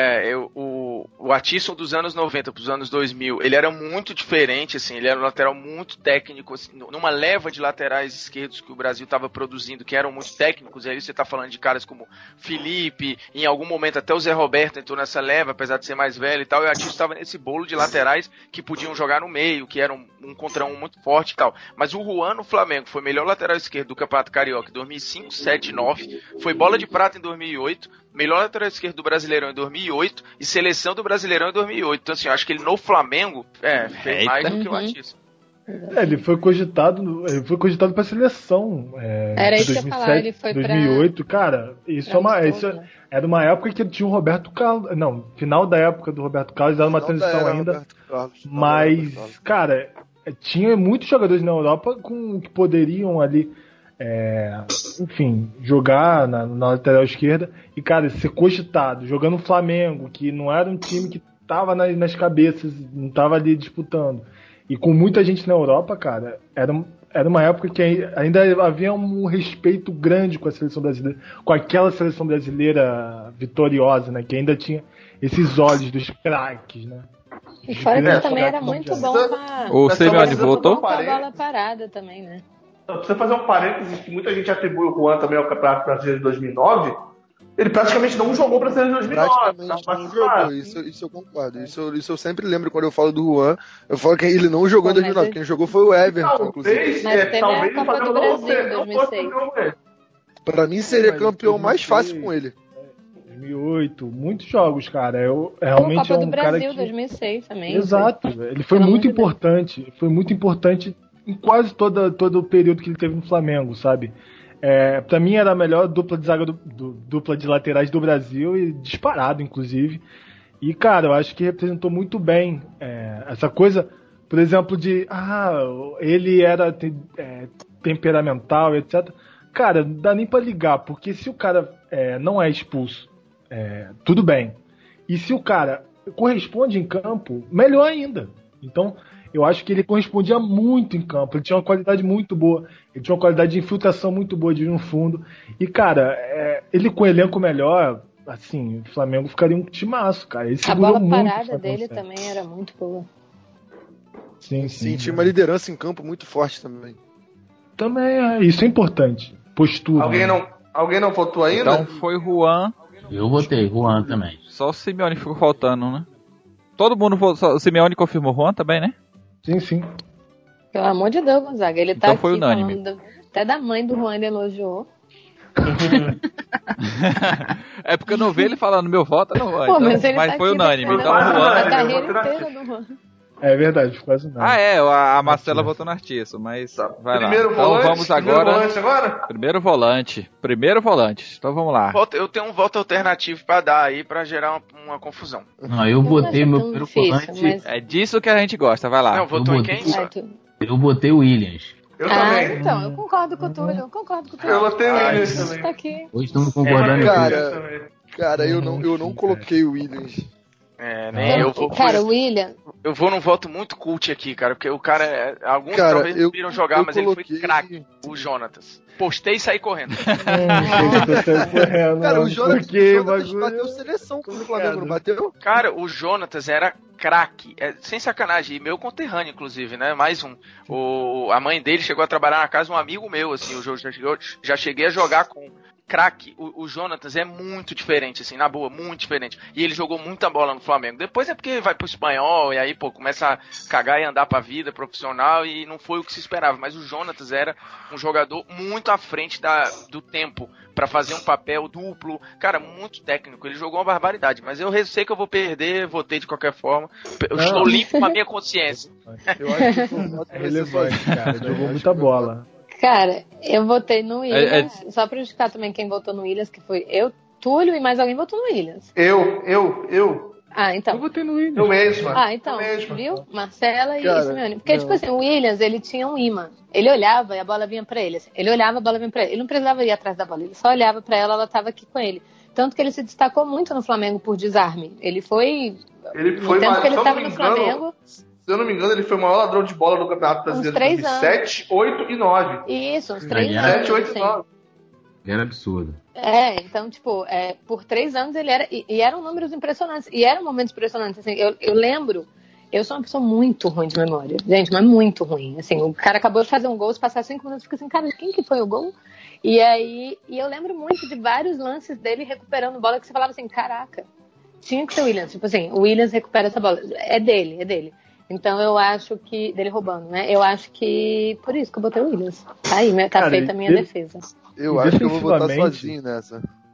Speaker 6: O Atirson dos anos 90 pros anos 2000, ele era muito diferente, assim, ele era um lateral muito técnico, assim, numa leva de laterais esquerdos que o Brasil estava produzindo, que eram muito técnicos, e aí você tá falando de caras como Felipe, em algum momento até o Zé Roberto entrou nessa leva, apesar de ser mais velho e tal, e o Atirson estava nesse bolo de laterais que podiam jogar no meio, que eram um contra um muito forte e tal. Mas o Juan no Flamengo foi melhor lateral esquerdo do Campeonato Carioca em 2005, 7 e 9, foi bola de prata em 2008, melhor lateral esquerdo do Brasileirão em 2008 e seleção do Brasileirão em 2008. Então, assim, eu acho que ele no Flamengo fez mais do que o Atirson.
Speaker 3: Ele foi cogitado pra seleção.
Speaker 2: Era isso que eu ia falar, ele foi
Speaker 3: 2008, cara, isso era uma época que tinha o Roberto Carlos. Não, final da época do Roberto Carlos, era uma transição ainda. Mas, cara, tinha muitos jogadores na Europa que poderiam ali, enfim, jogar na lateral esquerda. E, cara, ser cogitado, jogando no Flamengo, que não era um time que tava nas cabeças, não tava ali disputando. E com muita gente na Europa, cara, era uma época que ainda havia um respeito grande com a seleção brasileira, com aquela seleção brasileira vitoriosa, né? Que ainda tinha esses olhos dos craques, né?
Speaker 2: E fora que ele também era muito bom
Speaker 1: O Simeone voltou?
Speaker 2: com a bola parada também, né?
Speaker 8: Precisa fazer um parênteses que muita gente atribui o Juan também ao Campeonato Brasileiro de 2009. Ele praticamente não jogou para ser em 2009.
Speaker 5: Praticamente não jogou, isso eu concordo. Isso eu sempre lembro quando eu falo do Juan. Eu falo que ele não jogou em 2009. Quem jogou foi o Everton, inclusive.
Speaker 2: Mas talvez a Copa do Brasil em 2006.
Speaker 5: Pra mim seria campeão mais fácil com ele.
Speaker 3: 2008, muitos jogos, cara. Realmente
Speaker 2: Copa do
Speaker 3: um cara
Speaker 2: Brasil,
Speaker 3: que...
Speaker 2: 2006 também.
Speaker 3: Exato, ele foi muito importante. Foi muito importante em quase todo o período que ele teve no Flamengo, sabe? Pra mim era a melhor dupla de zaga dupla de laterais do Brasil, e disparado, inclusive. E, cara, eu acho que representou muito bem essa coisa, por exemplo, de ele era temperamental, etc. Cara, não dá nem pra ligar, porque se o cara não é expulso, tudo bem. E se o cara corresponde em campo, melhor ainda. Então, eu acho que ele correspondia muito em campo. Ele tinha uma qualidade muito boa. Ele tinha uma qualidade de infiltração muito boa de ir no fundo. E, cara, ele com elenco melhor, assim, o Flamengo ficaria um timaço, cara. Ele
Speaker 2: a bola
Speaker 3: muito
Speaker 2: parada dele também era muito boa.
Speaker 3: Sim,
Speaker 5: tinha uma liderança em campo muito forte também.
Speaker 3: Também, isso é importante. Postura.
Speaker 8: Alguém não votou ainda?
Speaker 1: Então foi Juan.
Speaker 4: Eu votei Juan também.
Speaker 1: Só o Simeone ficou faltando, né? Todo mundo votou. O Simeone confirmou Juan também, né?
Speaker 3: Sim.
Speaker 2: Pelo amor de Deus, Gonzaga. Ele tá
Speaker 1: então
Speaker 2: aqui
Speaker 1: foi unânime.
Speaker 2: falando, até da mãe do Juan ele elogiou.
Speaker 1: É porque eu não vi ele falando meu voto no Juan.
Speaker 2: Pô,
Speaker 1: então,
Speaker 2: mas
Speaker 1: mas
Speaker 2: tá
Speaker 1: foi unânime. Então
Speaker 2: a
Speaker 1: Juan.
Speaker 2: carreira inteira do Juan.
Speaker 3: É verdade, quase nada.
Speaker 1: A Marcela votou no Artiço, mas vai
Speaker 8: primeiro
Speaker 1: lá. Então
Speaker 8: volante,
Speaker 1: vamos agora.
Speaker 8: Primeiro volante.
Speaker 1: Primeiro volante. Então vamos lá.
Speaker 6: Eu tenho um voto alternativo pra dar aí, pra gerar uma confusão.
Speaker 4: Não, eu botei meu primeiro volante.
Speaker 2: Mas...
Speaker 1: É disso que a gente gosta, vai lá.
Speaker 6: Não, votou em quem?
Speaker 4: Eu botei o Williams.
Speaker 8: Eu também.
Speaker 2: Então, eu concordo com o Túlio.
Speaker 8: Eu botei o Williams também.
Speaker 2: Tá aqui.
Speaker 4: Hoje estamos concordando.
Speaker 5: Cara, eu não coloquei o Williams.
Speaker 6: Nem eu vou.
Speaker 2: Cara, o William.
Speaker 6: Eu vou num voto muito cult aqui, cara, porque o cara. Alguns talvez não viram jogar, mas ele foi craque, o Jonatas. Postei e saí correndo.
Speaker 5: Cara, o Jonatas bateu seleção com o Flamengo, não bateu?
Speaker 6: Cara, o Jonatas era craque, sem sacanagem, e meu conterrâneo, inclusive, né? Mais um. A mãe dele chegou a trabalhar na casa de um amigo meu, assim, já cheguei a jogar com. Craque, o Jonatas é muito diferente, assim, na boa, muito diferente. E ele jogou muita bola no Flamengo. Depois é porque vai pro espanhol, e aí, começa a cagar e andar pra vida profissional, e não foi o que se esperava. Mas o Jonatas era um jogador muito à frente do tempo, pra fazer um papel duplo. Cara, muito técnico. Ele jogou uma barbaridade. Mas eu sei que eu vou perder, votei de qualquer forma. Eu estou limpo com a minha consciência.
Speaker 5: Eu acho que foi um voto
Speaker 3: relevante, cara. Jogou muita bola.
Speaker 2: Cara, eu votei no Williams, só pra justificar também quem votou no Williams, que foi eu, Túlio e mais alguém votou no Williams.
Speaker 8: Eu.
Speaker 2: Então.
Speaker 3: Eu votei no Williams.
Speaker 8: Eu mesmo.
Speaker 2: Então, viu? Marcela e Simeone. Porque, tipo assim, o Williams, ele tinha um imã. Ele olhava e a bola vinha pra ele. Ele olhava, a bola vinha pra ele. Ele não precisava ir atrás da bola, ele só olhava pra ela tava aqui com ele. Tanto que ele se destacou muito no Flamengo por desarme. Ele foi no tempo que ele tava no Flamengo...
Speaker 8: Se eu não me engano, ele foi o maior ladrão de bola do Campeonato Brasileiro de 7, 8 e 9.
Speaker 2: Isso, uns 3 anos.
Speaker 8: 7, 8 e 9.
Speaker 4: Era absurdo.
Speaker 2: Então, tipo, por 3 anos ele era... E eram números impressionantes. E eram momentos impressionantes. Assim, eu lembro... Eu sou uma pessoa muito ruim de memória. Gente, mas muito ruim. Assim, o cara acabou de fazer um gol, se passar 5 minutos, fica assim, cara, quem que foi o gol? E aí... E eu lembro muito de vários lances dele recuperando bola que você falava assim, caraca, tinha que ser o Williams. Tipo assim, o Williams recupera essa bola. É dele. Então eu acho que... Dele roubando, né? Eu acho que... Por isso que eu botei o Williams. Aí, tá feita a minha defesa.
Speaker 5: Eu acho que eu vou votar sozinho nessa.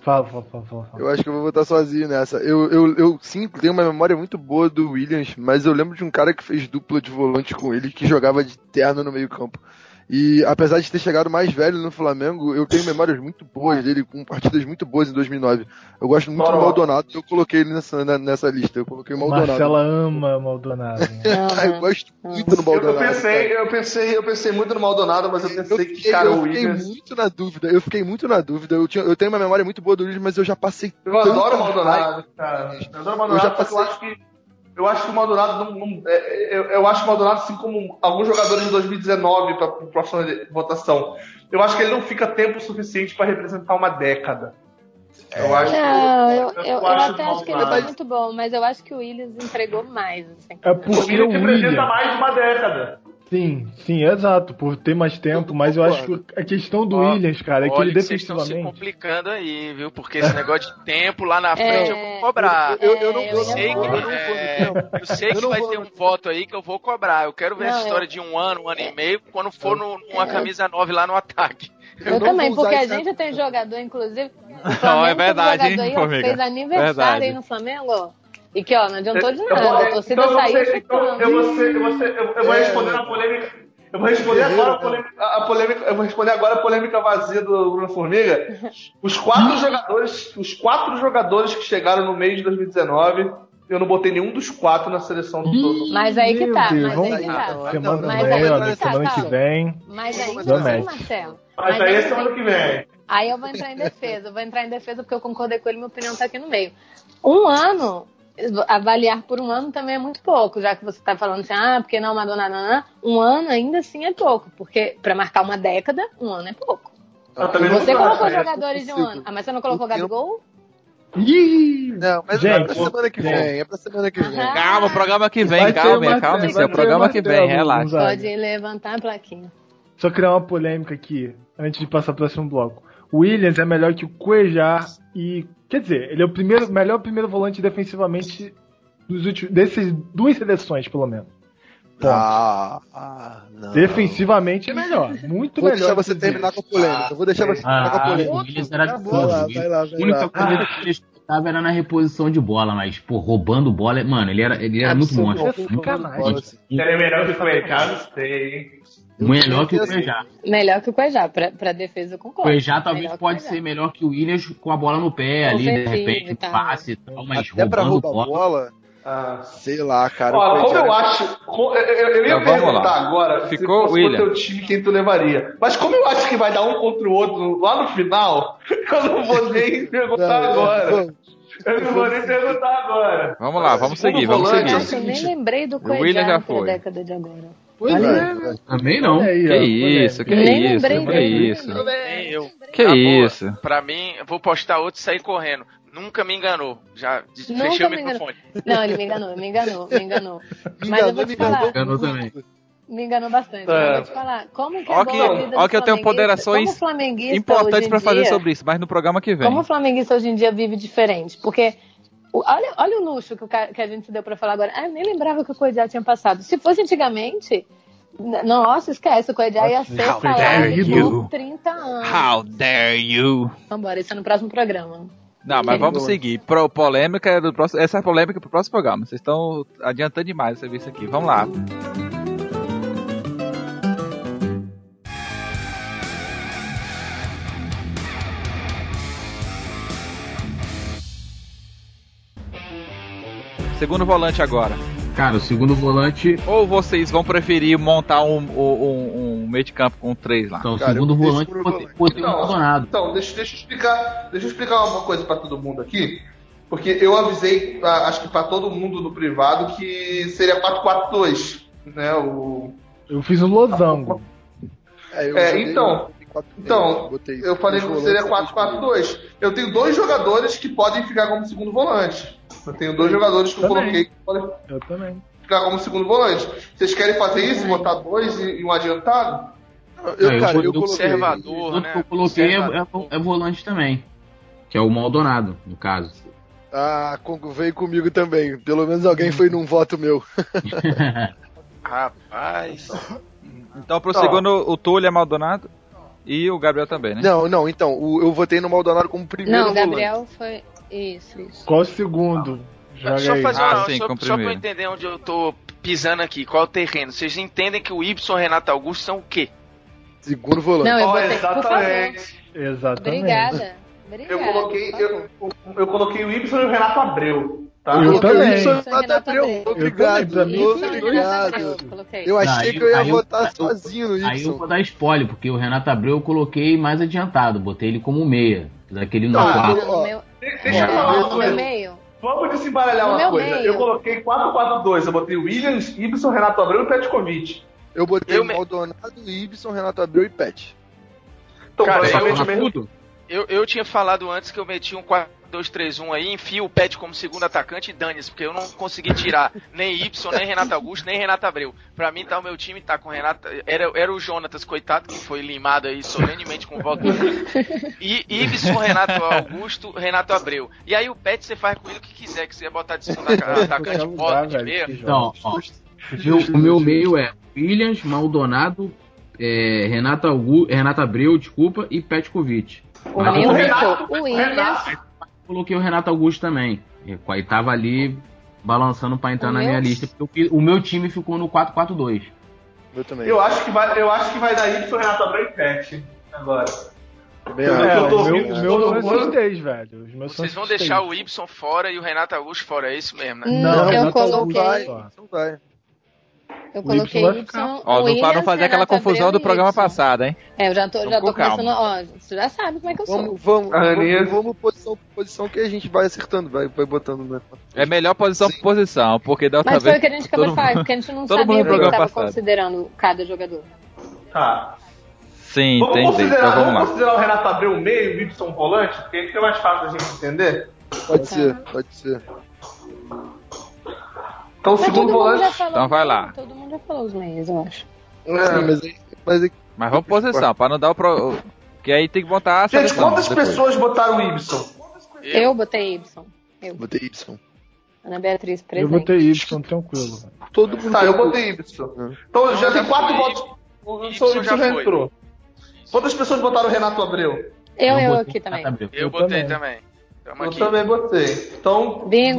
Speaker 3: Fala.
Speaker 5: Eu acho que eu vou votar sozinho nessa. Eu sim tenho uma memória muito boa do Williams, mas eu lembro de um cara que fez dupla de volante com ele, que jogava de terno no meio campo. E apesar de ter chegado mais velho no Flamengo, eu tenho memórias muito boas dele, com partidas muito boas em 2009. Eu gosto muito do Maldonado, eu coloquei ele nessa lista. Eu coloquei o Maldonado.
Speaker 3: Marcela ama Maldonado.
Speaker 5: Eu gosto muito do Maldonado.
Speaker 8: Eu pensei muito no Maldonado, mas eu pensei que, cara, o Williams...
Speaker 5: Eu fiquei muito na dúvida. Eu tenho uma memória muito boa do Williams, mas eu já passei...
Speaker 8: Eu adoro o Maldonado, cara. Eu adoro o Maldonado, porque eu acho que o Maldonado eu acho que o Maldonado, assim como alguns jogadores de 2019 para a próxima votação, eu acho que ele não fica tempo suficiente para representar uma década.
Speaker 2: Eu até acho que ele é muito bom, mas eu acho que o Williams entregou mais. Assim.
Speaker 3: É porque
Speaker 8: o Williams representa mais de uma década.
Speaker 3: Sim, exato, por ter mais tempo, mas eu acho que a questão do Williams, cara, é que ele defensivamente...
Speaker 6: Vocês estão se complicando aí, viu? Porque esse negócio de tempo lá na frente eu vou cobrar. Eu sei que vai ter um voto aí que eu vou cobrar. Eu quero ver essa história de um ano e meio, quando for numa camisa 9 lá no ataque.
Speaker 2: Eu também, porque a gente tem jogador, inclusive...
Speaker 1: Não, é verdade, hein,
Speaker 2: Flamengo fez aniversário aí no Flamengo, E que, ó, não adiantou de nada. A torcida saiu chutando.
Speaker 8: Eu vou responder a polêmica. Eu vou responder agora a polêmica vazia do Bruno Formiga. Os quatro jogadores que chegaram no mês de 2019, eu não botei nenhum dos quatro na seleção do todo.
Speaker 2: Mas aí que tá.
Speaker 3: Semana que vem.
Speaker 2: Mas aí que tá, Marcelo.
Speaker 8: Mas aí é semana que vem.
Speaker 2: Aí eu vou entrar em defesa. Porque eu concordei com ele, minha opinião tá aqui no meio. Um ano, avaliar por um ano também é muito pouco, já que você tá falando assim, porque não, Madonna, um ano ainda assim é pouco, porque pra marcar uma década, um ano é pouco. Você colocou jogadores de um ano. Mas você não colocou Gabigol?
Speaker 5: Não, mas gente, é pra semana que vem.
Speaker 1: Calma, o programa que vem, calma, isso é o programa que vem, relaxa.
Speaker 2: Pode levantar a plaquinha.
Speaker 3: Só criar uma polêmica aqui, antes de passar pro próximo bloco. O Williams é melhor que o Cuejá e... Quer dizer, ele é o melhor primeiro volante defensivamente dessas duas seleções, pelo menos.
Speaker 5: Não.
Speaker 3: Defensivamente é melhor. Muito melhor.
Speaker 5: Vou deixar você terminar com a polêmica.
Speaker 4: O Williams era de tudo. A única coisa que ele estava era na reposição de bola, mas, roubando bola, mano, ele era muito monstro.
Speaker 8: Ele é melhor que o Cuejá, não sei.
Speaker 4: Melhor que o Cuejá.
Speaker 2: Melhor que o Cuejá, pra defesa eu concordo.
Speaker 4: O Cuejá talvez pode ser melhor que o Williams com a bola no pé ali, de repente, passe e tal, mas
Speaker 5: até pra roubar bola, sei lá, cara.
Speaker 8: Olha, como eu acho... Eu ia perguntar agora se fosse o teu time quem tu levaria. Mas como eu acho que vai dar um contra o outro lá no final, eu não vou nem perguntar agora.
Speaker 1: Vamos lá, vamos seguir.
Speaker 2: Eu nem lembrei do Cuejá na década de agora.
Speaker 4: Também não.
Speaker 1: Que isso.
Speaker 6: Pra mim, eu vou postar outro e sair correndo. Nunca me enganou. Já fechei o microfone.
Speaker 2: Não, ele me enganou. Mas eu vou te falar.
Speaker 4: Enganou também.
Speaker 2: Me enganou bastante. Mas eu vou te falar. Como que
Speaker 1: Olha que eu tenho ponderações importantes pra fazer sobre isso, mas no programa que vem.
Speaker 2: Como o flamenguista hoje em dia vive diferente? Porque olha o luxo que a gente se deu pra falar agora. Eu nem lembrava que o Cuejá tinha passado. Se fosse antigamente, nossa, esquece, o Cuejá ia ser falado por 30 anos.
Speaker 1: How dare you?
Speaker 2: Vambora, isso é no próximo programa.
Speaker 1: Não, mas vamos seguir. Polêmica do próximo. Essa é a polêmica pro próximo programa. Vocês estão adiantando demais o serviço aqui. Vamos lá. Segundo volante agora.
Speaker 4: Cara, o segundo volante...
Speaker 1: Ou vocês vão preferir montar um meio de campo com 3 lá?
Speaker 4: Então, o segundo volante pode ter Maldonado.
Speaker 8: Então, deixa eu explicar uma coisa pra todo mundo aqui. Porque eu avisei, acho que pra todo mundo no privado, que seria 4-4-2. Né?
Speaker 3: Eu fiz um losango.
Speaker 8: Eu falei que seria 4-4-2. Eu tenho 2 jogadores que podem ficar como segundo volante. Eu tenho 2 jogadores que eu coloquei que podem ficar como segundo volante. Vocês querem fazer isso? Botar 2 e um adiantado?
Speaker 4: Eu conservador, né? Eu coloquei é volante também. Que é o Maldonado, no caso.
Speaker 5: Veio comigo também. Pelo menos alguém foi num voto meu.
Speaker 6: Rapaz.
Speaker 1: Então, pro segundo, o Túlio é Maldonado? E o Gabriel também, né?
Speaker 5: Não, então, eu votei no Maldonado como primeiro
Speaker 2: Não, o
Speaker 5: volante.
Speaker 2: Gabriel foi... Isso.
Speaker 3: Qual o segundo? Joga
Speaker 6: Só
Speaker 3: aí.
Speaker 6: fazer
Speaker 1: com o
Speaker 6: só pra eu
Speaker 1: primeiro.
Speaker 6: entender onde eu tô pisando aqui, qual é o terreno. Vocês entendem que o Y e Renato Augusto são o quê?
Speaker 5: Segundo volante.
Speaker 2: Não, eu
Speaker 8: Ó,
Speaker 2: botei, por favor.
Speaker 8: exatamente.
Speaker 3: Exatamente.
Speaker 2: Obrigada.
Speaker 8: Eu coloquei o Y e o Renato Abreu. Tá?
Speaker 3: Eu também.
Speaker 5: Isso,
Speaker 2: Renato
Speaker 5: Renato Abreu.
Speaker 2: Abreu.
Speaker 5: Obrigado.
Speaker 3: Eu também,
Speaker 5: Obrigado.
Speaker 2: Coloquei.
Speaker 5: Eu achei
Speaker 4: Não,
Speaker 5: que eu ia
Speaker 4: aí
Speaker 5: votar sozinho no
Speaker 4: Aí eu
Speaker 5: Y.
Speaker 4: vou dar spoiler, porque o Renato Abreu eu coloquei mais adiantado, botei ele como meia. Daquele
Speaker 5: Não,
Speaker 4: nosso
Speaker 5: eu-
Speaker 2: No meu,
Speaker 8: Deixa eu falar uma
Speaker 2: no meu
Speaker 8: coisa.
Speaker 2: meio.
Speaker 8: Vamos desembaralhar
Speaker 2: No
Speaker 8: uma
Speaker 2: meu
Speaker 8: coisa.
Speaker 2: meio.
Speaker 8: Eu coloquei 4-4-2. Eu botei Williams, Ibson, Renato Abreu e Petkovic.
Speaker 5: Eu botei
Speaker 6: Eu me-
Speaker 5: Maldonado, Ibson, Renato Abreu e Pet.
Speaker 8: Então,
Speaker 6: Cara,
Speaker 8: praticamente
Speaker 4: Fala
Speaker 8: o mesmo.
Speaker 4: tudo?
Speaker 6: Eu tinha falado antes que eu meti um 4-2-3-1 aí, enfio o Pet como segundo atacante e dane-se, porque eu não consegui tirar nem Y, nem Renato Augusto, nem Renato Abreu. Pra mim, tá, o meu time tá com Renato. Era o Jonatas, coitado, que foi limado aí solenemente com o voto. E Ibson, Renato Augusto, Renato Abreu. E aí o Pet você faz com ele o que quiser, que você botar de segundo atacante, bota de meia.
Speaker 4: Então, ó, o meu meio é Williams, Maldonado, Renato Abreu, desculpa, e Petkovic.
Speaker 2: O
Speaker 4: Mas
Speaker 2: meu
Speaker 4: eu
Speaker 2: ficou o Williams.
Speaker 4: coloquei o Renato Augusto também. Aí tava ali balançando pra entrar
Speaker 2: O
Speaker 4: na
Speaker 2: meu?
Speaker 4: minha lista, porque o meu time ficou no 4-4-2.
Speaker 5: Eu também.
Speaker 8: Eu acho que vai dar Y, Renato Abreu e Pet. Agora.
Speaker 5: Também
Speaker 8: Eu
Speaker 5: acho.
Speaker 8: tô
Speaker 3: O
Speaker 8: ouvindo,
Speaker 3: meu
Speaker 8: tô
Speaker 3: são
Speaker 8: ouvindo.
Speaker 3: esses três, velho. Os meus são
Speaker 6: Vocês vão
Speaker 3: esses
Speaker 6: deixar
Speaker 3: três.
Speaker 6: o Y fora e o Renato Augusto fora, é isso mesmo, né?
Speaker 2: Não, eu
Speaker 3: Renato Augusto
Speaker 2: coloquei.
Speaker 3: vai.
Speaker 5: Então vai.
Speaker 2: Eu
Speaker 3: O
Speaker 2: coloquei
Speaker 3: Y vai
Speaker 2: Y.
Speaker 3: ficar.
Speaker 1: Ó, não para
Speaker 2: Williams,
Speaker 1: não fazer aquela
Speaker 2: Renato
Speaker 1: confusão
Speaker 2: Abreu
Speaker 1: do
Speaker 2: e
Speaker 1: programa
Speaker 2: Y.
Speaker 1: passado, hein?
Speaker 2: É, eu já tô
Speaker 1: com calma.
Speaker 2: começando. Ó, você já sabe como é que eu sou.
Speaker 5: Vamos posição que a gente vai acertando, vai botando, né?
Speaker 1: É melhor posição por posição, porque da outra
Speaker 2: Mas foi
Speaker 1: vez.
Speaker 2: o que a gente acabou de
Speaker 1: todo
Speaker 2: falar,
Speaker 1: mundo-
Speaker 2: porque a gente não
Speaker 1: todo
Speaker 2: sabia
Speaker 1: mundo
Speaker 2: o
Speaker 1: no
Speaker 2: que
Speaker 1: programa
Speaker 2: estava
Speaker 1: passado.
Speaker 2: considerando cada jogador.
Speaker 8: Tá.
Speaker 1: Sim,
Speaker 8: Vamos
Speaker 1: entendi. Então
Speaker 8: considerar,
Speaker 1: vamos lá.
Speaker 8: o Renato Abreu o meio e o Y volante, porque aí fica mais fácil a gente entender.
Speaker 5: Pode ser.
Speaker 8: Então o
Speaker 2: Mas
Speaker 8: segundo
Speaker 2: todo mundo já
Speaker 8: volante.
Speaker 2: falou.
Speaker 1: Então vai lá.
Speaker 2: Todo mundo já falou os meios, eu acho.
Speaker 5: Sim, mas
Speaker 1: Mas vamos posição, pra não dar o pro. Que aí tem que botar a
Speaker 8: Gente,
Speaker 1: seleção.
Speaker 8: quantas
Speaker 1: depois.
Speaker 8: pessoas botaram o Y?
Speaker 2: Eu botei Y.
Speaker 5: botei Y.
Speaker 2: Ana Beatriz
Speaker 3: Eu
Speaker 2: presente.
Speaker 3: botei Y, tranquilo. velho.
Speaker 5: Todo mundo.
Speaker 8: Tá, eu botei Y. Então já tem 4
Speaker 6: foi.
Speaker 8: votos. O
Speaker 6: Y
Speaker 8: Y
Speaker 6: já
Speaker 8: já
Speaker 6: foi.
Speaker 8: entrou. Quantas pessoas botaram o Renato Abreu?
Speaker 2: Eu
Speaker 4: botei
Speaker 2: aqui também.
Speaker 4: Renato Abreu.
Speaker 6: Eu
Speaker 3: Eu
Speaker 6: botei
Speaker 3: também.
Speaker 6: também. Tamo
Speaker 8: Eu
Speaker 6: aqui.
Speaker 8: também botei. Então,
Speaker 2: Bingo.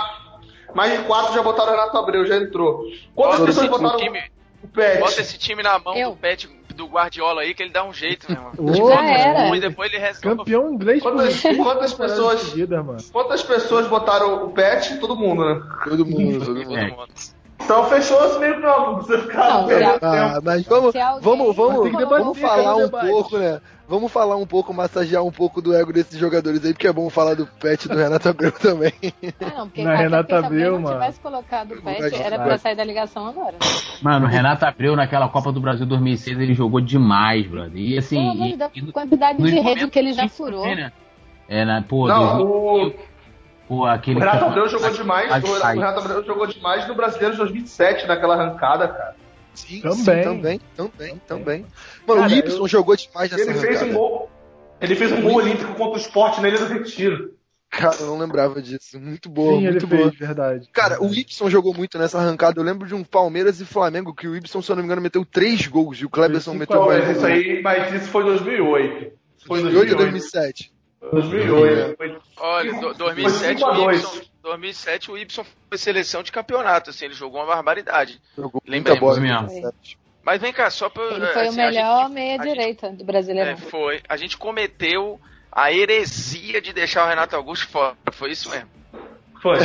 Speaker 8: mais de 4 já botaram o Renato Abreu, já entrou. Quantas
Speaker 6: Bota
Speaker 8: pessoas
Speaker 6: esse
Speaker 8: botaram
Speaker 6: time-
Speaker 8: o Pet?
Speaker 6: Bota esse time na mão
Speaker 2: Eu.
Speaker 6: do Pet do Guardiola aí, que ele dá um jeito, meu irmão.
Speaker 3: Ô,
Speaker 2: Já era.
Speaker 6: E depois ele resolve.
Speaker 3: Campeão inglês por
Speaker 8: Quantas pessoas-
Speaker 3: seguida, mano.
Speaker 8: Quantas pessoas botaram o Pet? Todo mundo, né?
Speaker 5: Todo mundo.
Speaker 6: Todo mundo.
Speaker 8: Então fechou esse meio campo, não precisa ficar
Speaker 2: Não,
Speaker 8: perdendo
Speaker 5: Ah,
Speaker 8: tempo.
Speaker 5: mas vamos,
Speaker 2: Se alguém-
Speaker 5: vamos,
Speaker 3: Mas
Speaker 5: vamos,
Speaker 3: tem que debater,
Speaker 5: vamos falar
Speaker 3: cadê o
Speaker 5: um
Speaker 3: debate?
Speaker 5: pouco, né? Vamos falar um pouco, massagear um pouco do ego desses jogadores aí, porque é bom falar do Pet e do Renato Abreu também.
Speaker 2: Ah, não, porque
Speaker 3: Na
Speaker 2: até
Speaker 3: Renata
Speaker 2: porque se alguém
Speaker 3: Abreu,
Speaker 2: não
Speaker 3: mano.
Speaker 2: tivesse colocado o Pet,
Speaker 5: Vai,
Speaker 2: era
Speaker 5: vai.
Speaker 2: pra sair da ligação agora.
Speaker 4: Mano, o Renato Abreu naquela Copa do Brasil 2006, ele jogou demais, brother. E assim.
Speaker 2: Pelo amor de Deus,
Speaker 4: e-
Speaker 2: quantidade
Speaker 4: nos
Speaker 2: de rede
Speaker 4: momentos
Speaker 2: que ele já
Speaker 4: difíceis
Speaker 2: furou.
Speaker 4: também, né? É, né? Pô,
Speaker 8: Não,
Speaker 4: 2000,
Speaker 8: o
Speaker 4: pô, aquele.
Speaker 8: Renato
Speaker 4: que-
Speaker 8: Abreu jogou demais. O Renato Abreu jogou demais no Brasileiro de 2007, naquela arrancada, cara.
Speaker 5: Sim,
Speaker 3: Também.
Speaker 5: também. Mano,
Speaker 8: Cara,
Speaker 5: o Y jogou demais nessa
Speaker 8: Ele fez um
Speaker 5: arrancada.
Speaker 8: gol. Ele fez um gol olímpico contra o Sport nele do Retiro.
Speaker 5: Cara, eu não lembrava disso. Muito boa,
Speaker 3: Sim, ele
Speaker 5: muito
Speaker 3: fez,
Speaker 5: boa.
Speaker 3: verdade.
Speaker 5: Cara, o Y jogou muito nessa arrancada. Eu lembro de um Palmeiras e Flamengo que o Y, se eu não me engano, meteu 3 gols e o Cleberson
Speaker 3: Foi
Speaker 5: meteu
Speaker 3: cinco a
Speaker 5: mais
Speaker 8: Mas
Speaker 5: um.
Speaker 8: isso foi 2008. Foi
Speaker 5: 2008 ou 2007?
Speaker 8: 2008. Foi-
Speaker 6: Olha,
Speaker 8: Foi
Speaker 6: 2007
Speaker 8: 5 a
Speaker 6: o
Speaker 8: 2.
Speaker 6: Y. 2007 o Y foi seleção de campeonato, assim, ele jogou uma barbaridade.
Speaker 5: Jogou
Speaker 6: Lembremos
Speaker 5: muita bola.
Speaker 4: mesmo.
Speaker 5: 2007.
Speaker 6: Mas vem cá, só pra eu.
Speaker 2: Ele foi
Speaker 6: assim,
Speaker 2: o melhor
Speaker 6: a gente
Speaker 2: meia-direita do Brasileirão.
Speaker 6: foi. A gente cometeu a heresia de deixar o Renato Augusto fora. Foi isso mesmo.
Speaker 8: Foi.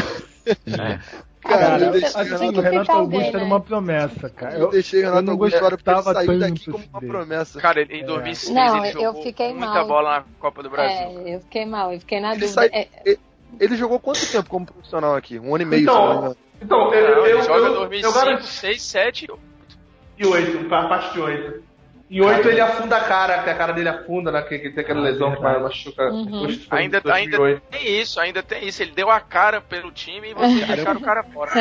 Speaker 5: Cara,
Speaker 2: Agora,
Speaker 5: eu
Speaker 2: você-
Speaker 5: deixei,
Speaker 2: você
Speaker 3: Assim,
Speaker 2: tem
Speaker 3: o
Speaker 2: que
Speaker 3: Renato
Speaker 2: ficar
Speaker 3: Augusto
Speaker 2: alguém,
Speaker 3: era
Speaker 2: né?
Speaker 3: uma promessa, cara.
Speaker 5: eu deixei o
Speaker 3: eu
Speaker 5: Renato
Speaker 3: não
Speaker 5: Augusto fora porque ele
Speaker 3: gostava
Speaker 5: saiu
Speaker 3: tanto
Speaker 5: daqui como uma
Speaker 3: dele.
Speaker 5: promessa.
Speaker 6: Cara, ele, em 2006
Speaker 2: Não,
Speaker 6: ele
Speaker 2: eu
Speaker 6: jogou
Speaker 2: fiquei
Speaker 6: muita
Speaker 2: mal.
Speaker 6: bola na Copa do Brasil.
Speaker 2: É, eu fiquei mal, eu fiquei na
Speaker 5: Ele
Speaker 2: dúvida.
Speaker 5: sai-
Speaker 2: É,
Speaker 5: Ele jogou quanto tempo como profissional aqui? 1 ano e meio,
Speaker 8: Então,
Speaker 5: se não me engano.
Speaker 8: Então,
Speaker 6: Não,
Speaker 8: eu
Speaker 6: ele joga
Speaker 8: eu
Speaker 6: 2005,
Speaker 8: garanto
Speaker 6: 6, 7.
Speaker 8: e 8, a parte de 8. E 8 ele afunda a cara, que a cara dele afunda, né? Que tem aquela lesão que machuca.
Speaker 2: Uhum.
Speaker 8: Depois foi
Speaker 6: Ainda
Speaker 8: 2008.
Speaker 6: ainda tem isso. Ele deu a cara pelo time e vocês deixaram o cara fora.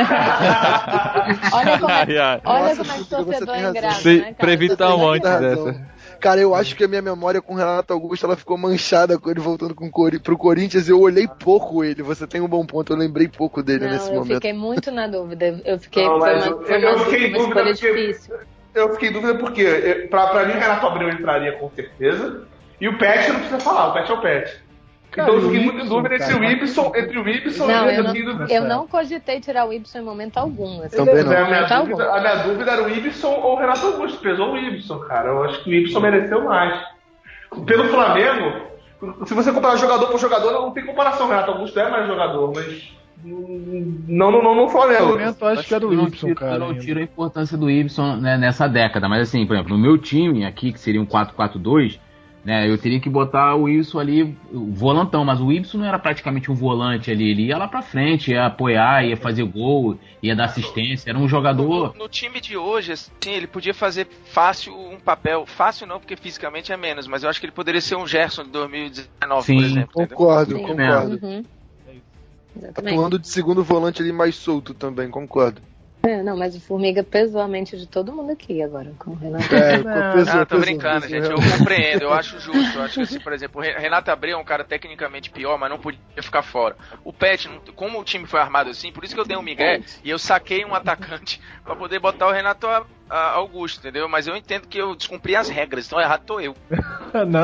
Speaker 2: olha como é,
Speaker 1: Ai, ai.
Speaker 2: olha
Speaker 5: Nossa,
Speaker 2: como é que
Speaker 5: Cícero, você
Speaker 2: torcedor
Speaker 5: tem
Speaker 2: é
Speaker 5: razão.
Speaker 2: ingrato,
Speaker 1: Se
Speaker 2: né, cara?
Speaker 1: previ
Speaker 2: Você
Speaker 1: tão
Speaker 2: tem
Speaker 1: antes
Speaker 2: razão.
Speaker 1: dessa.
Speaker 5: Cara, eu acho que a minha memória com o Renato Augusto ela ficou manchada com ele voltando pro Corinthians. Eu olhei pouco ele. Você tem um bom ponto. Eu lembrei pouco dele
Speaker 2: Não,
Speaker 5: nesse
Speaker 2: eu
Speaker 5: momento.
Speaker 2: fiquei muito na dúvida. Eu fiquei,
Speaker 8: Não,
Speaker 2: foi
Speaker 8: mas
Speaker 2: uma, foi
Speaker 8: eu
Speaker 2: uma
Speaker 8: fiquei em
Speaker 2: escolha
Speaker 8: dúvida porque-
Speaker 2: difícil.
Speaker 8: eu fiquei em dúvida porque, pra mim, o Renato Abreu entraria com certeza. E o Pet não precisa falar, o Pet é o Pet.
Speaker 3: Cara,
Speaker 8: então eu fiquei muito em dúvida entre o Ibson e o
Speaker 2: eu não cogitei tirar o Ibson em momento algum. Assim,
Speaker 5: Também não.
Speaker 8: A minha dúvida era o Ibson ou o Renato Augusto. Pesou o Ibson, cara. Eu acho que o Ibson mereceu mais. Pelo Flamengo, se você comparar jogador por jogador, não tem comparação. O Renato Augusto é mais jogador, mas não Flamengo.
Speaker 3: Eu acho que era o Ibson, cara.
Speaker 4: Eu não tiro a importância do Ibson, né, nessa década, mas assim, por exemplo, no meu time aqui, que seria um 4-4-2, né, eu teria que botar o Ibson ali, o volantão, mas o Ibson não era praticamente um volante ali, ele ia lá pra frente, ia apoiar, ia fazer gol, ia dar assistência, era um jogador...
Speaker 6: No time de hoje, assim, ele podia fazer fácil um papel, fácil não, porque fisicamente é menos, mas eu acho que ele poderia ser um Gerson de 2019,
Speaker 4: sim,
Speaker 6: por exemplo.
Speaker 5: Concordo.
Speaker 2: Uhum.
Speaker 5: Atuando de segundo volante ali mais solto também, concordo.
Speaker 2: Não, mas o Formiga pesou a mente de todo mundo aqui agora, com o Renato.
Speaker 6: Tô brincando, gente, eu compreendo, eu acho justo. Eu acho que, assim, por exemplo, o Renato Abreu é um cara tecnicamente pior, mas não podia ficar fora. O Pet, como o time foi armado assim, por isso que eu dei um migué e eu saquei um atacante pra poder botar o Renato Augusto, entendeu? Mas eu entendo que eu descumpri as regras, então errado tô eu.
Speaker 3: Não,